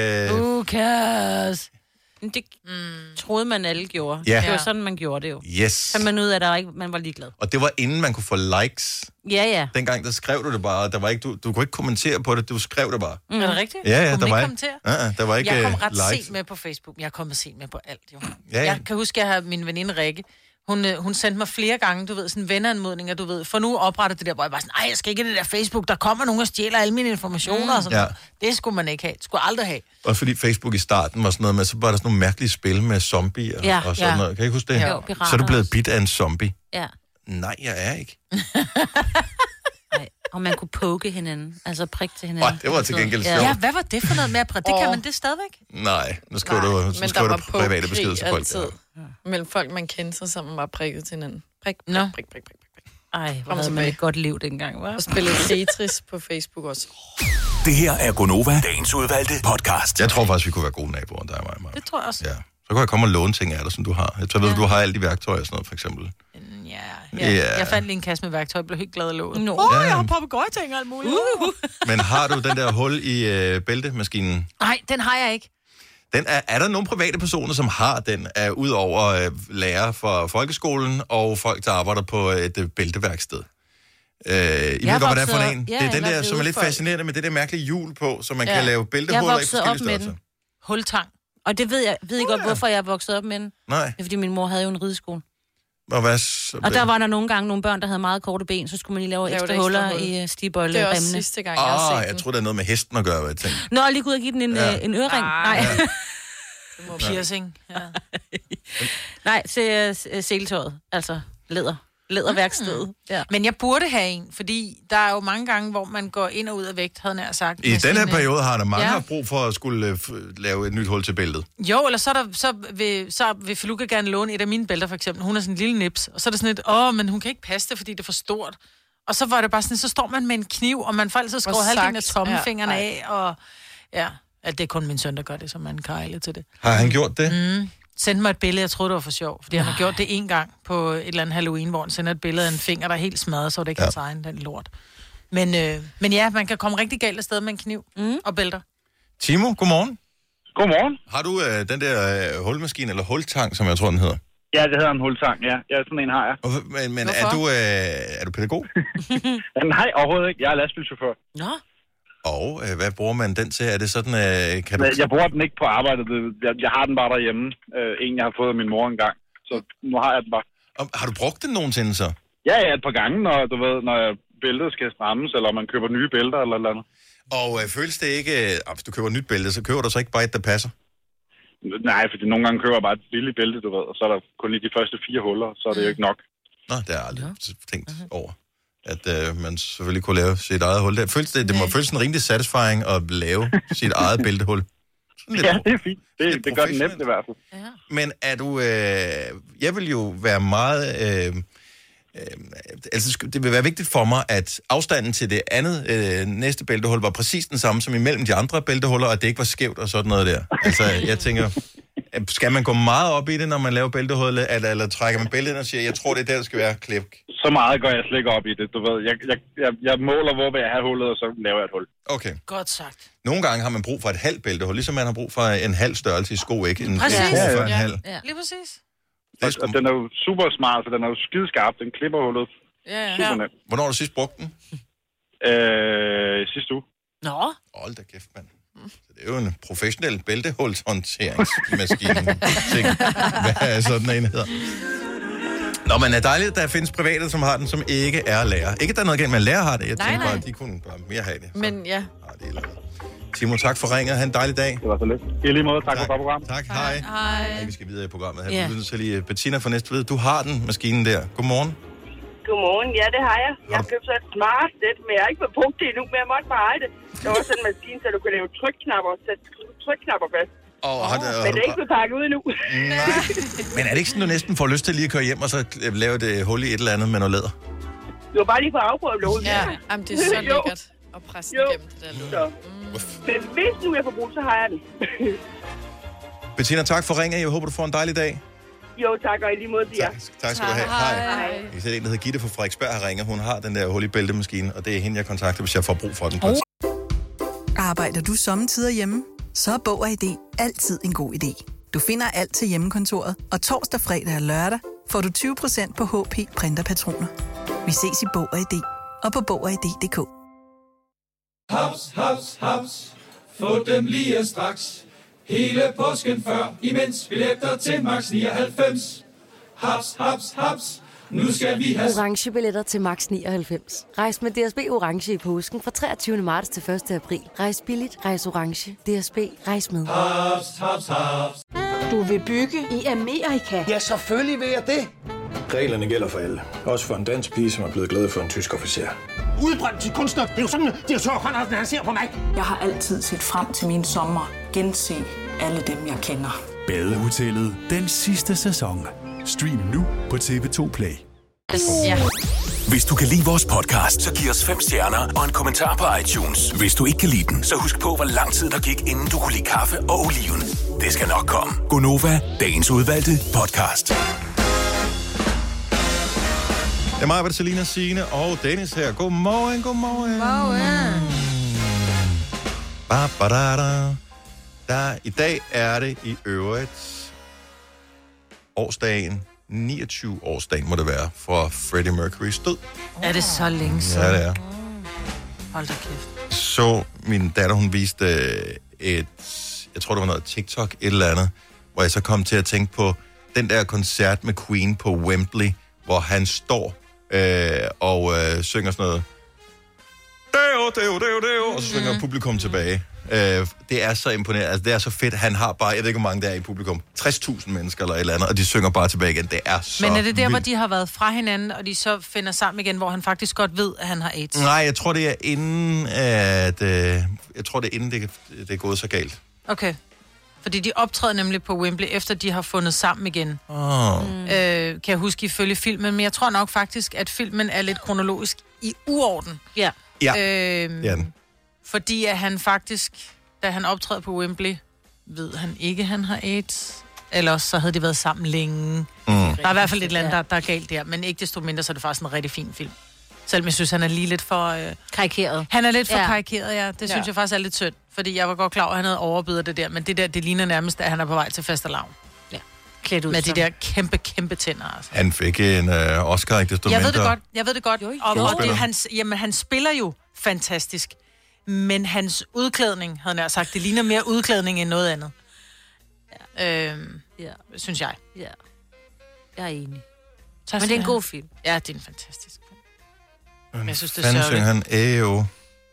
Lukas. Det troede man alle gjorde. Ja. Det var sådan, man gjorde det jo. Yes. Så man ud af, at man var ligeglad. Og det var inden man kunne få likes. Ja. Dengang, der skrev du det bare. Der var ikke, du kunne ikke kommentere på det, du skrev det bare. Er det rigtigt? Ja, der var ikke kommentere? Der var ikke jeg kom ret likes. sent med på Facebook. Jeg er kommet sent med på alt, jo. Ja. Jeg kan huske, at jeg har min veninde Rikke. Hun sendte mig flere gange, du ved, sådan venneanmodninger, du ved, for nu opretter det der, hvor jeg var sådan, jeg skal ikke det der Facebook, der kommer nogen og stjæler alle mine informationer og sådan noget. Det skulle man ikke have. Det skulle aldrig have. Også fordi Facebook i starten var sådan noget med, så var der sådan nogle mærkelige spil med zombier og sådan noget. Kan I ikke huske det? Jo, så er du blevet bidt af en zombie. Ja. Nej, jeg er ikke. Nej. Og man kunne poke hinanden, altså prikke til hinanden. Det var til gengæld sjovt. Ja, hvad var det for noget med at prikke? Det kan man det stadigvæk? Nej, nu skriver du private beskeder til folk. Mellem folk, man kendte sig, som var prikket til hinanden. Prik. Ej, hvor havde man et godt liv dengang, hva'? Og spillede Tetris på Facebook også. Det her er Gonova, dagens udvalgte podcast. Jeg tror faktisk, vi kunne være gode naboer, der er mig. Det tror jeg også. Ja. Så kan jeg komme og låne ting af dig, som du har. Jeg ved, du har alle de værktøjer og sådan noget, for eksempel. Jeg fandt lige en kasse med værktøj, blev helt glad af låget. Jeg har papegøjeting og alt muligt. Men har du den der hul i bæltemaskinen? Nej, den har jeg ikke. Er der nogle private personer, som har den, ud over lærere fra folkeskolen og folk, der arbejder på et bælteværksted? I ved godt, hvad det er for en. Det er den der, som er lidt fascinerende med det der mærkelige hjul på, så man kan lave bæltehuller i forskellige størrelser. Hultang. Og det ved I godt, hvorfor jeg er vokset op med den. Nej. Det er, fordi min mor havde jo en rideskole. Og der var der nogle gange nogle børn, der havde meget korte ben, så skulle man lige lave ekstra huller i stigbøjleremmene. Det var også sidste gang, jeg har set den. Jeg tror, det er noget med hesten at gøre, hvad jeg tænker. Nå, lige gå ud og give den en ørering. Nej. Piercing. Ja. Nej, seletøjet. Altså læderværkstedet. Ja. Men jeg burde have en, fordi der er jo mange gange, hvor man går ind og ud af vægt, havde jeg sagt. I den her periode har der mange haft brug for at skulle lave et nyt hul til bæltet. Jo, eller så vil Feluca gerne låne et af mine bælter, for eksempel. Hun er sådan en lille nips, og så er det sådan et, men hun kan ikke passe det, fordi det er for stort. Og så var det bare sådan, så står man med en kniv, og man får altid skåret halvdelen af tommelfingerne af, og ja, det er kun min søn, der gør det, så man kan ejle til det. Har han gjort det? Sendte mig et billede, jeg troede, det var for sjov, fordi han har gjort det en gang på et eller andet Halloween, hvor han sender et billede af en finger, der er helt smadret, så det ikke hans egen, den lort. Men ja, man kan komme rigtig galt afsted med en kniv og bælter. Timo, godmorgen. Godmorgen. Har du den der hulmaskine, eller hultang, som jeg tror, den hedder? Ja, det hedder en hultang, ja. Sådan en har jeg. Men er du pædagog? Nej, overhovedet ikke. Jeg er lastbilchauffør. Nå. Og hvad bruger man den til? Er det sådan, kan du... Jeg bruger den ikke på arbejdet. Jeg har den bare derhjemme. En, jeg har fået af min mor engang. Så nu har jeg den bare. Og har du brugt den nogensinde så? Ja, et par gange, når bæltet skal strammes, eller man køber nye bælter eller noget. Og føles det ikke... hvis du køber et nyt bælte, så køber du så ikke bare et, der passer? Nej, fordi nogle gange køber jeg bare et lille bælte, du ved, og så er der kun lige de første 4 huller, så er det jo ikke nok. Nå, det har jeg aldrig tænkt over. At man selvfølgelig kunne lave sit eget hul. Det må føles sådan rimelig satisfying at lave sit eget bæltehul. Ja, det er fint. Det gør det nemt i hvert fald. Ja. Men er du... jeg vil jo være meget... det vil være vigtigt for mig, at afstanden til det andet næste bæltehul var præcis den samme som imellem de andre bæltehuller, og det ikke var skævt og sådan noget der. Altså, jeg tænker... Skal man gå meget op i det, når man laver bæltehullet, eller trækker man bæltet og siger, jeg tror, det er der, der skal være klip? Så meget går jeg slet ikke op i det, du ved. Jeg måler, hvor vil jeg have hullet, og så laver jeg et hul. Okay. Godt sagt. Nogle gange har man brug for et halvt bæltehul, ligesom man har brug for en halv størrelse i sko, ikke? Præcis. For en halv. Ja. Lige præcis. Og den er jo super smart, for den er jo skideskarp. Den klipper hullet. Ja. Super nemt. Hvornår har du sidst brugt den? Sidste uge. Nå. Hold da kæft, mand. Så det er jo en professionel bæltehulshåndteringsmaskine. Hvad er sådan en hedder? Nå, men er dejligt, at der findes private, som har den, som ikke er lærer. Ikke, at der er noget galt med, at lærer har det. Jeg tænker bare, at de kunne bare mere have det. Så. Men ja. Timo, tak for ringet. Ha' en dejlig dag. Det var så lidt. I lige måde. Tak for programmet. Tak. Hej. Hej. Vi skal videre i programmet her. Vi vil lige Bettina fra Næstved. Du har den, maskinen der. Godmorgen. Godmorgen. Ja, det har jeg. Jeg har købt så et smart sæt, men jeg har ikke fået brugt det endnu, men jeg måtte bare eje det. Der var sådan en maskine, så du kunne lave trykknapper, sætte trykknapper fast. Men det er ikke blevet pakket ud endnu. Men er det ikke sådan, du næsten får lyst til lige at køre hjem og så lave det hul i et eller andet med noget læder? Du var bare lige for afprøvet låget. Ja, jamen, det er så lækkert at presse igennem det der låg. Men hvis nu jeg får brug, så har jeg den. Bettina, tak for ringen. Jeg håber, du får en dejlig dag. Jo, tak, og i lige måde til jer. Tak skal du have. Hej. Jeg ser en, der hedder Gitte fra Frederiksberg har ringet. Hun har den der hul i bæltemaskine, og det er hende, jeg kontakter, hvis jeg får brug for den. Arbejder du sommetider hjemme? Så er Bog og ID altid en god idé. Du finder alt til hjemmekontoret, og torsdag, fredag og lørdag får du 20% på HP printerpatroner. Vi ses i Bog og ID og på Bog og ID.dk. Haps, haps, haps. Få dem lige straks. Hele påsken før, imens billetter til max 99. Haps, haps, haps. Nu skal vi have orange billetter til max 99. Rejs med DSB orange i påsken fra 23. marts til 1. april. Rejs billigt, rejs orange. DSB, rejs med. haps, haps, haps. Du vil bygge i Amerika? Ja, selvfølgelig vil jeg det. Reglerne gælder for alle. Også for en dansk pige, som er blevet glad for en tysk officer. Udbrændt til kunstner. Det er jo sådan, at direktør Conradsen, han ser på mig. Jeg har altid set frem til min sommer. Gense alle dem, jeg kender. Badehotellet den sidste sæson. Stream nu på TV2 Play. Ja. Hvis du kan lide vores podcast, så giv os 5 stjerner og en kommentar på iTunes. Hvis du ikke kan lide den, så husk på, hvor lang tid der gik, inden du kunne lide kaffe og oliven. Det skal nok komme. Gonova, dagens udvalgte podcast. Det er mig, Selina, Signe og Dennis her. Godmorgen. I dag er det i øvrigt årsdagen, 29-årsdagen må det være, for Freddie Mercurys død. Er det så længe siden? Ja, det er. Hold da kæft. Så min datter, hun viste jeg tror det var noget TikTok, et eller andet, hvor jeg så kom til at tænke på den der koncert med Queen på Wembley, hvor han står og synger sådan noget, og så synger publikum tilbage. Det er så imponerende. Altså, det er så fedt. Han har bare, jeg ved ikke, hvor mange der er i publikum, 60.000 mennesker eller et eller andet, og de synger bare tilbage igen. Det er så Men er det der, vildt. hvor de har været fra hinanden, og de så finder sammen igen, hvor han faktisk godt ved, at han har AIDS? Nej, jeg tror, det er inden, det er gået så galt. Okay. Fordi de optræder nemlig på Wembley, efter de har fundet sammen igen. Kan jeg huske ifølge filmen. Men jeg tror nok faktisk, at filmen er lidt kronologisk i uorden. Ja. Fordi at han faktisk, da han optræder på Wembley, ved han ikke, han har AIDS. Ellers så havde de været sammen længe. Der er i hvert fald et eller andet, der er galt der. Men ikke desto mindre, så er det faktisk en rigtig fin film. Selvom jeg synes, han er lige lidt for... karikeret. Han er lidt for karikeret, ja. Det synes jeg faktisk er lidt synd. Fordi jeg var godt klar over, at han havde overbydet det der. Men det der, det ligner nærmest, at han er på vej til fastelavn. Ja. Klædt ud med de der kæmpe tænder. Altså. Han fik en Oscar, ikke desto mindre. Jeg ved det godt. Og han spiller jo fantastisk. Men hans udklædning, havde jeg sagt, det ligner mere udklædning end noget andet. Synes jeg. Ja. Jeg er enig. Men det er en god film. Ja, det er en fantastisk film. Men jeg synes, det er sørgeligt. Han er jo...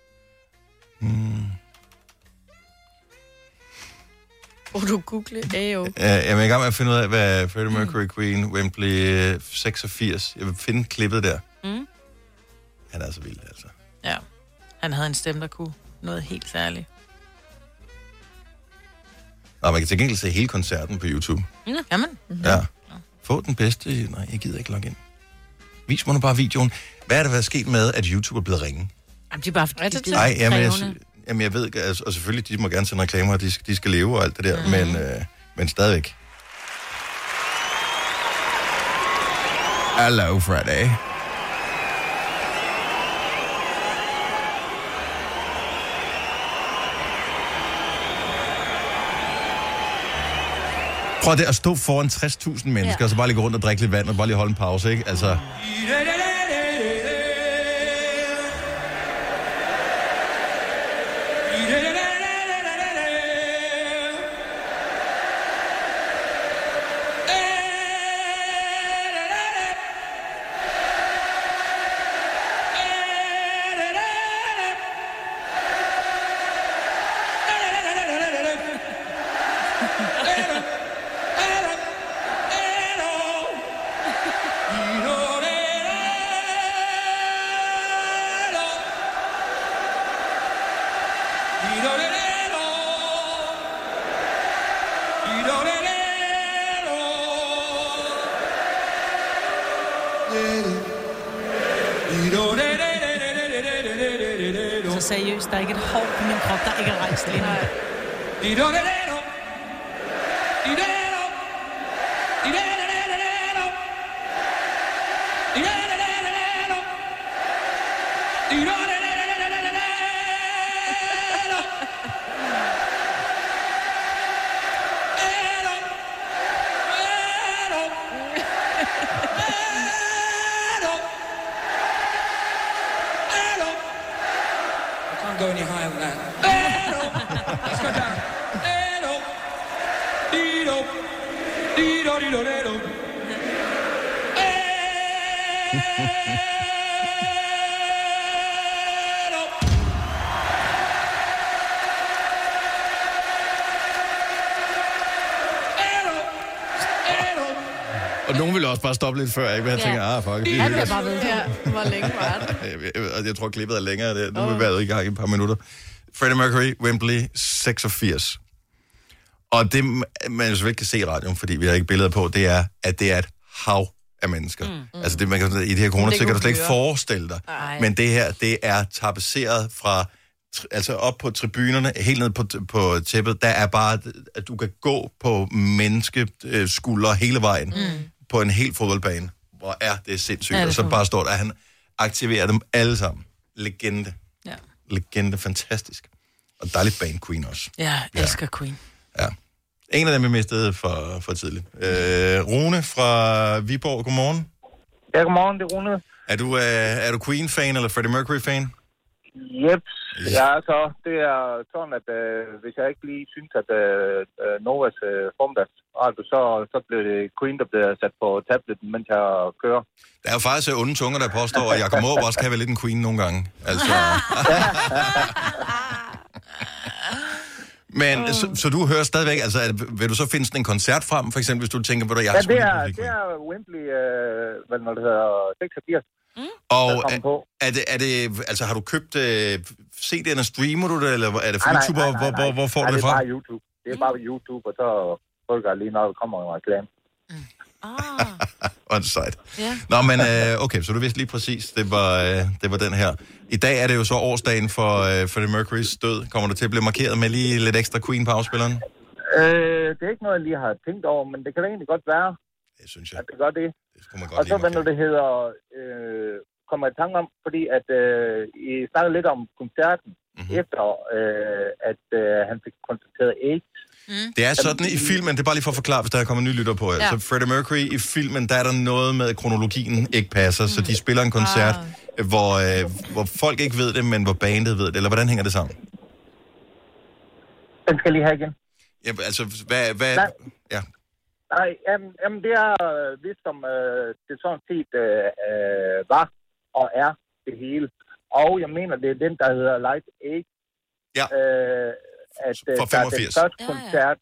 Du google AO. Jeg er i gang med at finde ud af, hvad Freddie Mercury Queen, Wembley 86. Jeg vil finde klippet der. Han er så vild, altså. Ja. Han havde en stemme, der kunne noget helt særligt. Og man kan til gengæld se hele koncerten på YouTube. Jamen. Ja. Få den bedste... Nej, jeg gider ikke logge ind. Vis mig nu bare videoen. Hvad er der sket med, at YouTube er blevet ringe? Jamen, det er bare... Jamen, jeg ved... Altså, og selvfølgelig, de må gerne sende reklamer, og de skal leve og alt det der. Men stadigvæk. Hello, Friday. Prøv det at stå foran 60.000 mennesker, og så bare lige gå rundt og drikke lidt vand, og bare lige holde en pause, ikke? Altså... Så seriøst, der er ikke et hår på min krop, der ikke er rejst lige nu. Go any higher than that. Let's go down. Og nogen vil også bare stoppe lidt før, ikke? Men jeg tænker, fuck. Det bliver bare ved. Ja, hvor længe var det? Jeg tror, klippet er længere. Nu har vi været i gang i et par minutter. Freddie Mercury, Wembley, 86. Og det, man jo selvfølgelig kan se i radioen, fordi vi har ikke billeder på, det er, at det er et hav af mennesker. Altså, det, man kan, i det her corona, så kan du slet ikke forestille dig. Men det her, det er tapetseret fra... Altså op på tribunerne, helt ned på tæppet, der er bare, at du kan gå på menneskeskuldre hele vejen på en hel fodboldbane. Hvor er det sindssygt. Ja, det og så bare står der, at han aktiverer dem alle sammen. Legende. Ja. Legende, fantastisk. Og dejligt band Queen også. Ja, jeg elsker Queen. Ja. En af dem er mistet for tidligt. Rune fra Viborg, godmorgen. Ja, godmorgen, det er Rune. Er du Queen-fan eller Freddie Mercury-fan? Yep. Ja, så det er sådan, at hvis jeg ikke lige synes, at Novas formiddagsradio, så blev det Queen, der blev sat på tableten, mens jeg kører. Der er jo faktisk onde tunger, der påstår, at Jacob Måb også kan være lidt en Queen nogle gange. Altså... Men så du hører stadigvæk, altså vil du så finde sådan en koncert frem, for eksempel, hvis du tænker på det, jeg har det er Wembley, hvad det hedder, 86. Og er det, altså har du købt CD'erne, streamer du det, eller er det fra YouTube, hvor får du det fra? Det er bare YouTube. Det er bare på YouTube, og så rykker jeg lige, når der kommer en reklame. Og sejt. Ja. Nå, men okay, så du vidste lige præcis, det var den her. I dag er det jo så årsdagen for Freddie Mercurys død. Kommer du til at blive markeret med lige lidt ekstra Queen på afspilleren? Det er ikke noget, jeg lige har tænkt over, men det kan da egentlig godt være. Det synes jeg. At det gør det. Det skulle man godt og så, hvad nu det hedder, kommer jeg i tanke om, fordi at I snakkede lidt om koncerten, efter at han fik konstateret AIDS. Det er sådan i filmen, det er bare lige for at forklare, hvis der kommer nye lytter på. Ja. Så Freddie Mercury i filmen, der er der noget med, at kronologien ikke passer, så de spiller en koncert, hvor folk ikke ved det, men hvor bandet ved det, eller hvordan hænger det sammen? Den skal lige have igen. Ja, altså, hvad ja. Nej, jamen det er vist som det sådan set var og er det hele. Og jeg mener, det er den, der hedder Live Aid. Ja. For 85. Der er den første koncert,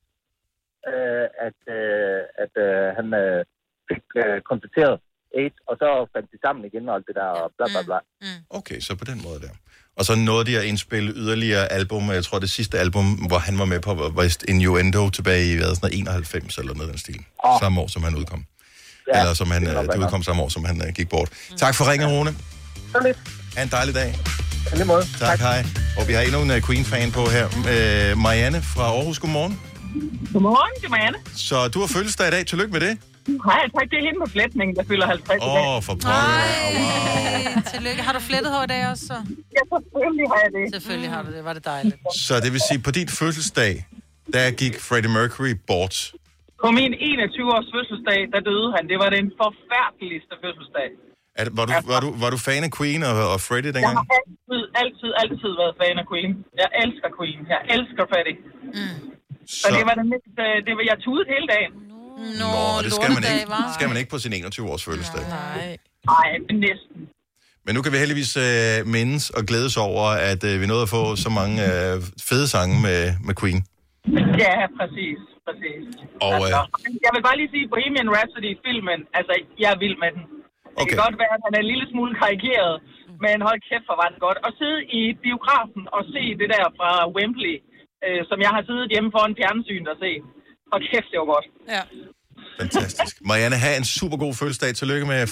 at han fik konstateret AIDS, og så fandt de sammen igen og alt det der, og bla bla bla. Okay, så på den måde der. Og så nåede de at indspille yderligere album, jeg tror det sidste album, hvor han var med på, var Innuendo tilbage i 91 eller noget den stil. Samme år, som han udkom. Ja, eller som han, det udkom samme år, som han gik bort. Tak for ringen, Rune. Så lidt. Ha' en dejlig dag. På lige måde. Tak, hej. Og vi har endnu en Queen-fan på her. Marianne fra Aarhus, godmorgen. Godmorgen, det er Marianne. Så du har fødselsdag i dag, tillykke med det. Nej, tak, det er hende på flætningen, der fylder 50 i dag. For pokker. Wow. Tillykke. Har du flettet hår i dag også, så? Ja, selvfølgelig har jeg det. Selvfølgelig har du det. Var det dejligt. Så det vil sige, på din fødselsdag, der gik Freddie Mercury bort. På min 21-års fødselsdag, der døde han. Det var den forfærdeligste fødselsdag. Var du fan af Queen og Freddie dengang? Jeg har altid været fan af Queen. Jeg elsker Queen. Jeg elsker Freddie. Så det var det mindste... Jeg tudede hele dagen. Nå, det skal man ikke på sin 21-års fødselsdag. Nej, men næsten. Men nu kan vi heldigvis mindes og glædes over, at vi nåede at få så mange fede sange med Queen. Ja, præcis. Og, jeg vil bare lige sige, Bohemian Rhapsody-filmen, altså, jeg er vild med den. Det kan godt være, at han er en lille smule karikeret, men hold kæft, hvor var det godt. Og sidde i biografen og se det der fra Wembley, som jeg har siddet hjemme foran fjernsyn og se. Og kæft, det var godt. Ja. Fantastisk. Marianne, have en super god fødselsdag. Tillykke med 5-0.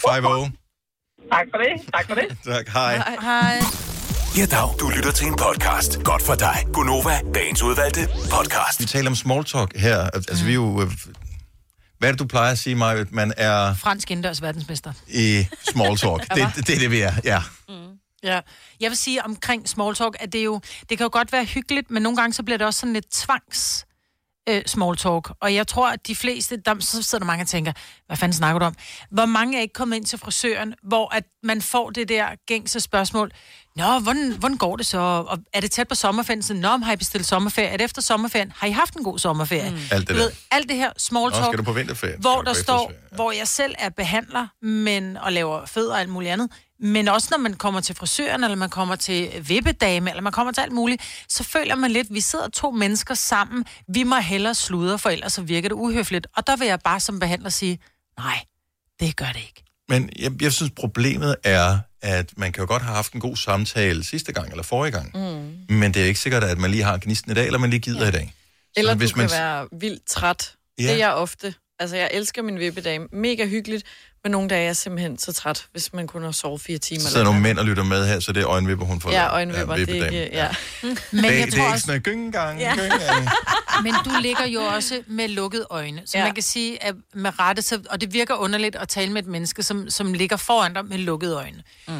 Tak for det. Tak, hej. Hej. Ja, dag. Du lytter til en podcast. Godt for dig. Gunova, dagens udvalgte podcast. Vi taler om small talk her. Altså, vi er jo... Hvad er det, du plejer at sige, Maja? Man er... Fransk indendørs verdensmester. I small talk. det er det, vi er, ja. Ja, jeg vil sige omkring small talk, at det kan jo godt være hyggeligt, men nogle gange så bliver det også sådan lidt tvangs small talk. Og jeg tror, at de fleste, så sidder der mange og tænker, hvad fanden snakker du om? Hvor mange er ikke kommet ind til frisøren, hvor at man får det der gængse spørgsmål, nå, hvordan går det så? Og er det tæt på sommerferien? Så, nå, har I bestilt sommerferie? Er det efter sommerferien? Har I haft en god sommerferie? Alt det der. Alt det her small talk, skal du på vinterferie? hvor der står, hvor jeg selv er behandler, og laver fødder og alt muligt andet, men også når man kommer til frisøren, eller man kommer til vippedame, eller man kommer til alt muligt, så føler man lidt, vi sidder 2 mennesker sammen, vi må hellere sludre, for ellers så virker det uhøfligt. Og der vil jeg bare som behandler sige, nej, det gør det ikke. Men jeg synes, problemet er, at man kan jo godt have haft en god samtale sidste gang, eller forrige gang, men det er ikke sikkert, at man lige har gnisten i dag, eller man lige gider i dag. Eller så, hvis man kan være vildt træt. Ja. Det er jeg ofte. Altså, jeg elsker min vippedame. Mega hyggeligt. Men nogle dage er jeg simpelthen så træt, hvis man kun har sovet 4 timer. Så er nogle mænd og lytter med her, så det er øjenvipper, hun får. Ja, øjenvipper, det er ikke... Ja. Men det er ikke sådan noget gyngegang. Ja. Men du ligger jo også med lukkede øjne. Så man kan sige, at med rette, og det virker underligt at tale med et menneske, som ligger foran dig med lukkede øjne.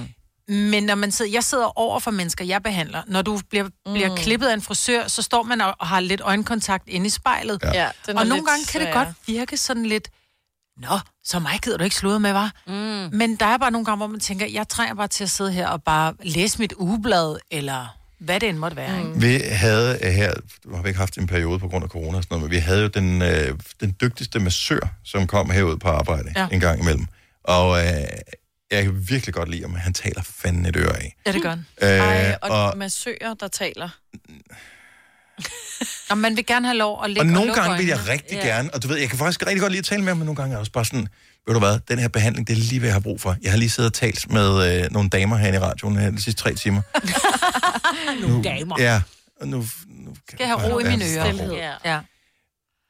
Men når man jeg sidder over for mennesker, jeg behandler. Når du bliver klippet af en frisør, så står man og har lidt øjenkontakt inde i spejlet. Ja, og nogle gange kan det godt virke sådan lidt, nå, så mig gider du ikke sludre med, var. Men der er bare nogle gange, hvor man tænker, jeg trænger bare til at sidde her og bare læse mit ugeblad, eller hvad det end måtte være. Ikke? Vi havde her, har vi ikke haft en periode på grund af corona og sådan noget, men vi havde jo den dygtigste massør, som kom herud på arbejde en gang imellem. Og jeg kan virkelig godt lide, at han taler fanden et øre af. Ja, det gør han. Og massører, der taler... Og man vil gerne have lov at lægge og nogle gange vil jeg rigtig gerne, og du ved, jeg kan faktisk rigtig godt lide at tale med ham, men nogle gange er også bare sådan, ved du hvad, den her behandling, det er lige hvad jeg har brug for. Jeg har lige siddet og talt med nogle damer herinde i radioen de sidste 3 timer. Nogle damer? Ja. Og nu skal jeg have ro i mine ører. Ja.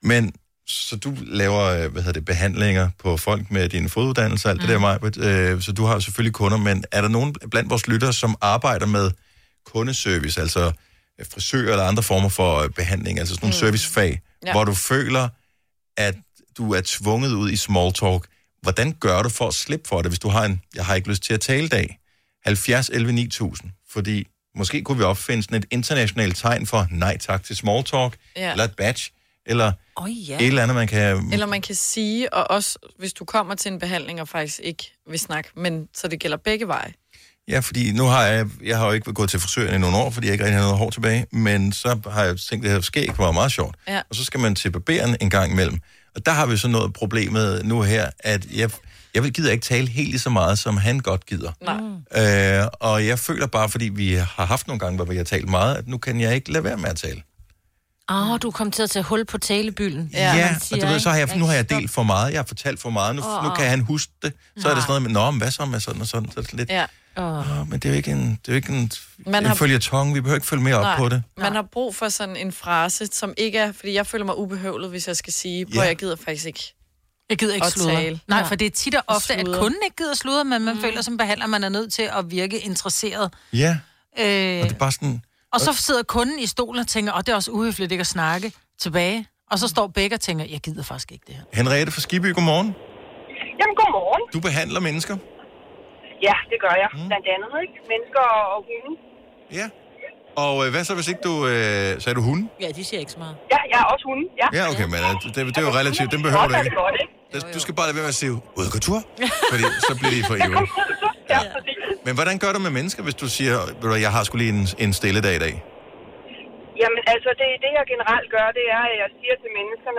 Men så du laver, behandlinger på folk med din foduddannelse, alt det der, Maj, så du har selvfølgelig kunder, men er der nogen blandt vores lyttere, som arbejder med kundeservice, altså frisør eller andre former for behandling, altså sådan nogle servicefag, hvor du føler, at du er tvunget ud i small talk. Hvordan gør du for at slippe for det, hvis du har jeg har ikke lyst til at tale dag? 70 11 9000, fordi måske kunne vi opfinde sådan et internationalt tegn for nej tak til small talk, eller et badge, eller et eller andet, man kan... Eller man kan sige, og også hvis du kommer til en behandling og faktisk ikke vil snakke, men så det gælder begge veje. Ja, fordi nu har jeg har jo ikke gået til frisøren i nogle år, fordi jeg ikke rigtig har noget hår tilbage, men så har jeg tænkt, at det her skæg var meget sjovt. Ja. Og så skal man til barberen en gang imellem. Og der har vi så noget problemet nu her, at jeg gider ikke tale helt lige så meget, som han godt gider. Nej. Og jeg føler bare, fordi vi har haft nogle gange, hvor vi har talt meget, at nu kan jeg ikke lade være med at tale. Du kom til at tage hul på talebylden. Ja, og du ved, nu har jeg delt for meget, jeg har fortalt for meget, nu kan han huske det. Så er det sådan noget med, men hvad så med sådan og sådan, så er det lidt... Ja. Men det er jo ikke en føljeton, vi behøver ikke følge mere op på det. Man har brug for sådan en frase, som ikke er, fordi jeg føler mig ubehøvlet, hvis jeg skal sige, hvor jeg gider faktisk ikke. Jeg gider ikke sludre. Nej, for det er tit og ofte, at kunden ikke gider sludre, men man føler som behandler, man er nødt til at virke interesseret. Ja, og det er bare sådan... Og så sidder kunden i stolen og tænker, det er også uhøfligt ikke at snakke tilbage. Og så står begge og tænker, jeg gider faktisk ikke det her. Henriette fra Skibby, godmorgen. Jamen, godmorgen. Du behandler mennesker? Ja, det gør jeg. Blandt andet, ikke? Mennesker og hunde. Ja. Og hvad så, hvis ikke du... sagde du hunde? Ja, de siger ikke så meget. Ja, jeg er også hunde, ja. Ja, okay, men det er jo relativt. Den behøver du ikke. Du skal bare lade være med at sige, ud og gå tur, fordi så bliver de for ivrig. Ja, men hvordan gør du med mennesker, hvis du siger, jeg har sgu lige en stille dag i dag? Jamen, altså, det jeg generelt gør, det er, at jeg siger til menneskerne,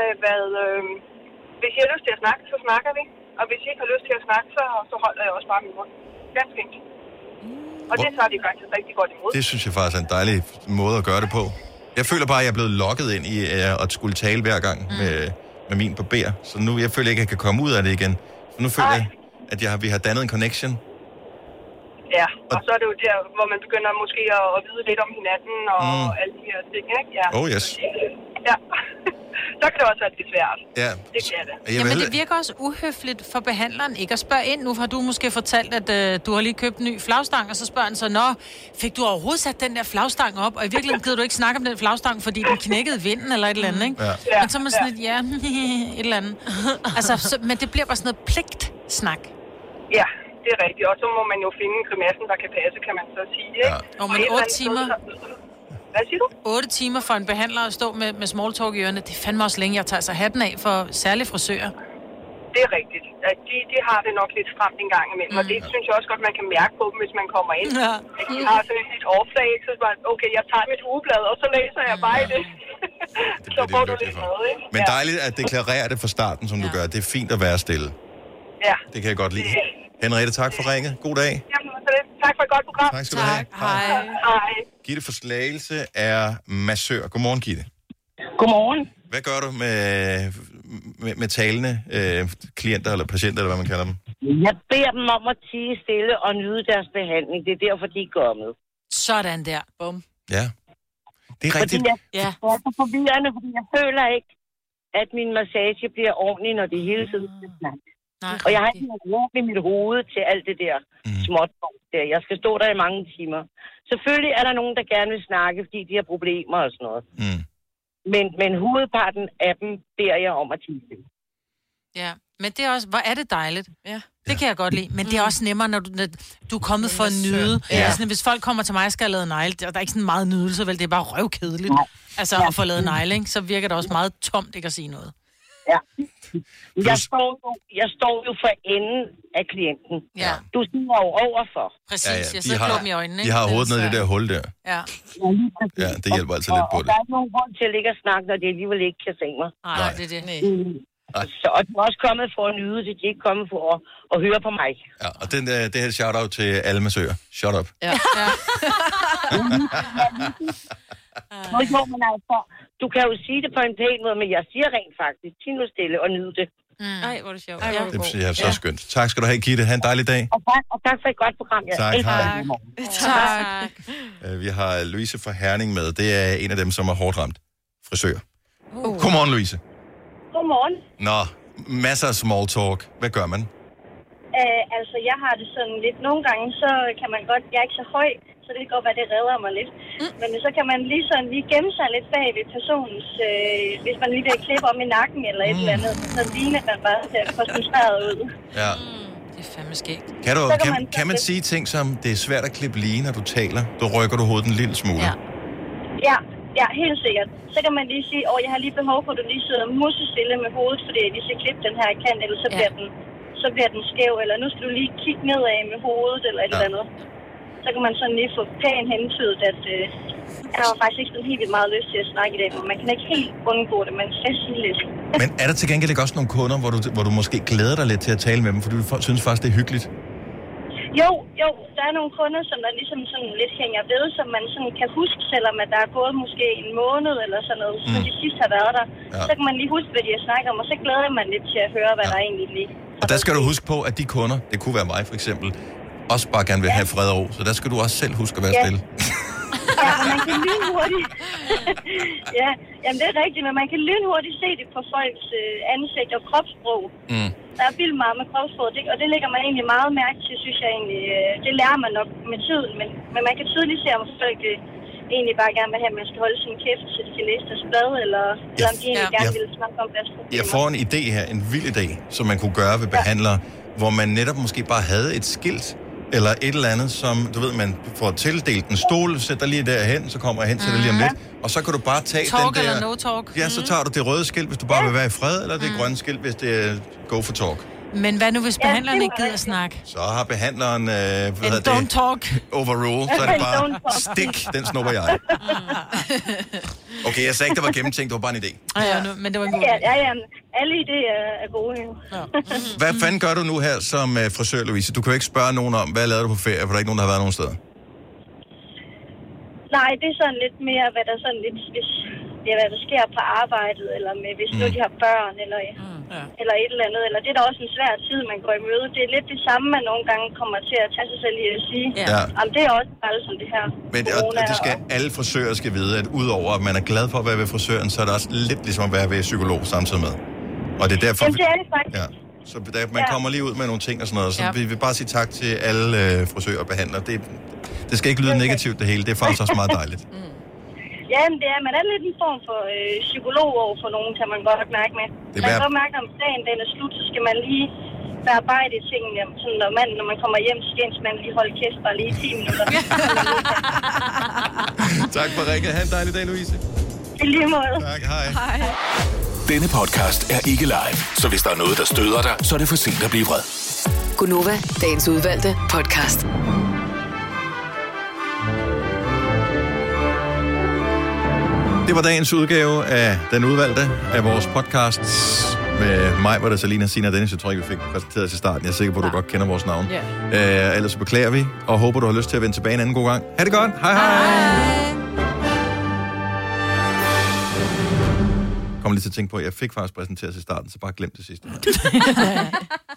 hvis I har lyst til at snakke, så snakker vi. Og hvis I ikke har lyst til at snakke, så holder jeg også bare min mund. Ganske enkelt. Og det tager de faktisk rigtig godt imod. Det synes jeg faktisk er en dejlig måde at gøre det på. Jeg føler bare, at jeg er blevet lokket ind i at skulle tale hver gang med min barber. Så nu, jeg føler ikke, at jeg kan komme ud af det igen. Så nu føler jeg, at vi har dannet en connection. Ja, og så er det jo der, hvor man begynder måske at vide lidt om hinanden og alle de her ting, ikke? Ja. Oh, yes. Ja. Så kan det også være lidt svært. Ja. Det kan det. Jamen, det virker også uhøfligt for behandleren ikke at spørge ind. Nu har du måske fortalt, at du har lige købt en ny flagstang, og så spørger han så, fik du overhovedet sat den der flagstang op? Og i virkeligheden gider du ikke snakke om den flagstang, fordi den knækkede vinden eller et eller andet, ikke? Ja. Men så er man sådan lidt, et eller andet. Altså, men det bliver bare sådan noget pligtsnak. Ja, det er rigtigt. Og så må man jo finde en grimassen, der kan passe, kan man så sige, ikke? Ja. Og men 8 timer... Hvad siger du? 8 timer for en behandler at stå med small talk i ørerne, det fandme også længe. Jeg tager så hatten af for særlige frisører. Det er rigtigt. De har det nok lidt stramt en gang imellem, og det synes jeg også godt, man kan mærke på dem, hvis man kommer ind. Ja. De har sådan et overflag, så bare, okay, jeg tager mit ugeblad, og så læser jeg bare i det. Så får du lidt noget, ikke? Men dejligt at deklarere det fra starten, som du gør. Det er fint at være stille. Ja. Det kan jeg godt lide. Henriette, tak for ringet. God dag. Jamen, så det. Tak for et godt program. Tak skal du have. Hej. Gitte fra Slagelse er massør. Godmorgen, Gitte. Godmorgen. Hvad gør du med talende klienter eller patienter, eller hvad man kalder dem? Jeg beder dem om at tie stille og nyde deres behandling. Det er derfor, de er kommet. Sådan der. Bum. Ja. Det er rigtigt. Det er så forvirrende, fordi jeg føler ikke, at min massage bliver ordentlig, når det hele tiden skal snakke. Og jeg har ikke noget rum i mit hoved til alt det der småt der. Jeg skal stå der i mange timer. Selvfølgelig er der nogen, der gerne vil snakke, fordi de har problemer og sådan noget. Men hovedparten af dem beder jeg om at tie. Ja, men det er også... Hvor er det dejligt. Ja. Det kan jeg godt lide. Men det er også nemmere, når du er kommet for at nyde. Ja. Altså, hvis folk kommer til mig og skal have lavet negle, der er ikke sådan meget nydelse, vel? Det er bare røvkedeligt. Altså, at få lavet negle, ikke? Så virker det også meget tomt, ikke at sige noget. Ja. Jeg står jo for enden af klienten. Ja. Du sidder jo overfor. Præcis, jeg sidder klog i øjnene. De har hovedet ned i det der hul der. Ja. Ja, det hjælper altså lidt på det. Og der er ikke nogen grund til at ligge og snakke, når de alligevel ikke kan se mig. Nej, det er det. Så, og de er også kommet for at nyde det, de er ikke kommet for at høre på mig. Ja, og det her shout-out til alle massører. Shut up. Ja. Jo, men altså, du kan jo sige det på en pæn måde, men jeg siger rent faktisk, sig nu stille og nyde det. Ej, hvor er det sjovt. Det synes jeg er så skønt. Tak skal du have, Gitte. Ha' en dejlig dag. Og tak for et godt program. Tak, hej. Vi har Louise fra Herning med. Det er en af dem, som er hårdt ramt. Frisør. Godmorgen, Louise. Godmorgen. Nå, masser af small talk. Hvad gør man? Altså, jeg har det sådan lidt... Nogle gange, så kan man godt... Jeg er ikke så høj, så det kan godt være, det redder mig lidt. Men så kan man lige gemme sig lidt bag ved personens... hvis man lige bliver klippet om i nakken eller et eller andet, så ligner man bare ser koncentreret ud. Ja. Det er fandme skægt. Kan man sige ting som, det er svært at klippe lige, når du taler? Du rykker du hovedet en lille smule. Ja, helt sikkert. Så kan man lige sige, jeg har lige behov for, at du lige sidder musestille med hovedet, fordi jeg lige skal klippe den her kant, eller så bliver den skæv, eller nu skal du lige kigge nedad med hovedet, eller et eller andet. Så kan man sådan lige få pænt hentydet, at jeg har faktisk ikke sådan helt vildt meget lyst til at snakke i dag, men man kan ikke helt undgå det, man skal sige lidt. Men er der til gengæld ikke også nogle kunder, hvor du måske glæder dig lidt til at tale med dem, fordi du synes faktisk, det er hyggeligt? Jo, der er nogle kunder, som der ligesom sådan lidt hænger ved, som man sådan kan huske, selvom at der er gået måske en måned eller sådan noget, så de sidst har været der. Ja. Så kan man lige huske, hvad de har snakket om, og så glæder man lidt til at høre, hvad der egentlig lige. Og der skal du huske på, at de kunder, det kunne være mig for eksempel, også bare gerne vil have fred og ro, så der skal du også selv huske at være stille. Ja, man kan lynhurtigt. Ja, jamen det er rigtigt, men man kan lynhurtigt se det på folks ansigt og kropssprog. Der er vildt meget med kropssprog, og det lægger man egentlig meget mærke til, synes jeg egentlig. Det lærer man nok med tiden, men man kan tydeligt se, om folk egentlig bare gerne vil have, at man skal holde sin kæft, så de kan læse deres blad, eller om de egentlig gerne vil snakke om deres problemer. Jeg får en idé her, en vild idé, som man kunne gøre ved behandlere, hvor man netop måske bare havde et skilt, eller et eller andet, som, du ved, man får tildelt en stol, sætter lige derhen, så kommer jeg hen til det lige om lidt, og så kan du bare tage talk den der... eller no talk. Ja, så tager du det røde skilt, hvis du bare vil være i fred, eller det grønne skilt, hvis det er go for talk. Men hvad nu, hvis behandleren ikke gider snakke? Så har behandleren... don't talk. Overrule, så er det bare stik, den snupper jeg. Okay, jeg sagde ikke, det var gennemtænkt, det var bare en idé. Men det var en god idé. Ja, alle idéer er gode jo. Hvad fanden gør du nu her som frisør, Louise? Du kan jo ikke spørge nogen om, hvad lavede du på ferie, for der er ikke nogen, der har været nogen steder. Nej, det er sådan lidt mere, hvad der sådan lidt... hvad der sker på arbejdet, eller med, hvis nu de har børn, eller et eller andet. Eller det er da også en svær tid, man går i møde. Det er lidt det samme, man nogle gange kommer til at tage sig selv i at sige. Ja. Jamen, det er også bare som det her. Men det skal alle frisører skal vide, at udover at man er glad for at være ved frisøren, så er det også lidt ligesom at være ved psykolog samtidig med. Og det er derfor... Jamen, det er det faktisk. Ja. Så man kommer lige ud med nogle ting og sådan noget. Så vi vil bare sige tak til alle frisører og behandlere. Det skal ikke lyde negativt det hele. Det er faktisk også meget dejligt. Ja, men det er, man er lidt en form for psykolog over for nogen, kan man godt mærke med. Man kan godt mærke, om dagen den er slut, så skal man lige bearbejde tingene. Sådan, når man kommer hjem, så skal man lige holde kæft bare lige 10 minutter. Tak for ringet. Ha' en dejlig dag, Louise. I lige måde. Tak, hej. Denne podcast er ikke live, så hvis der er noget, der støder dig, så er det for sent at blive vred. Gunova, dagens udvalgte podcast. Det var dagens udgave af den udvalgte af vores podcast med mig, hvor der Salina, Sina og Dennis. Jeg tror ikke, vi fik præsenteret til starten. Jeg er sikker på, at du godt kender vores navn. Yeah. Ellers så beklager vi, og håber, du har lyst til at vende tilbage en anden god gang. Ha' det godt. Hej hej. Kom lige til at tænke på, at jeg fik faktisk præsenteret til starten, så bare glem det sidste.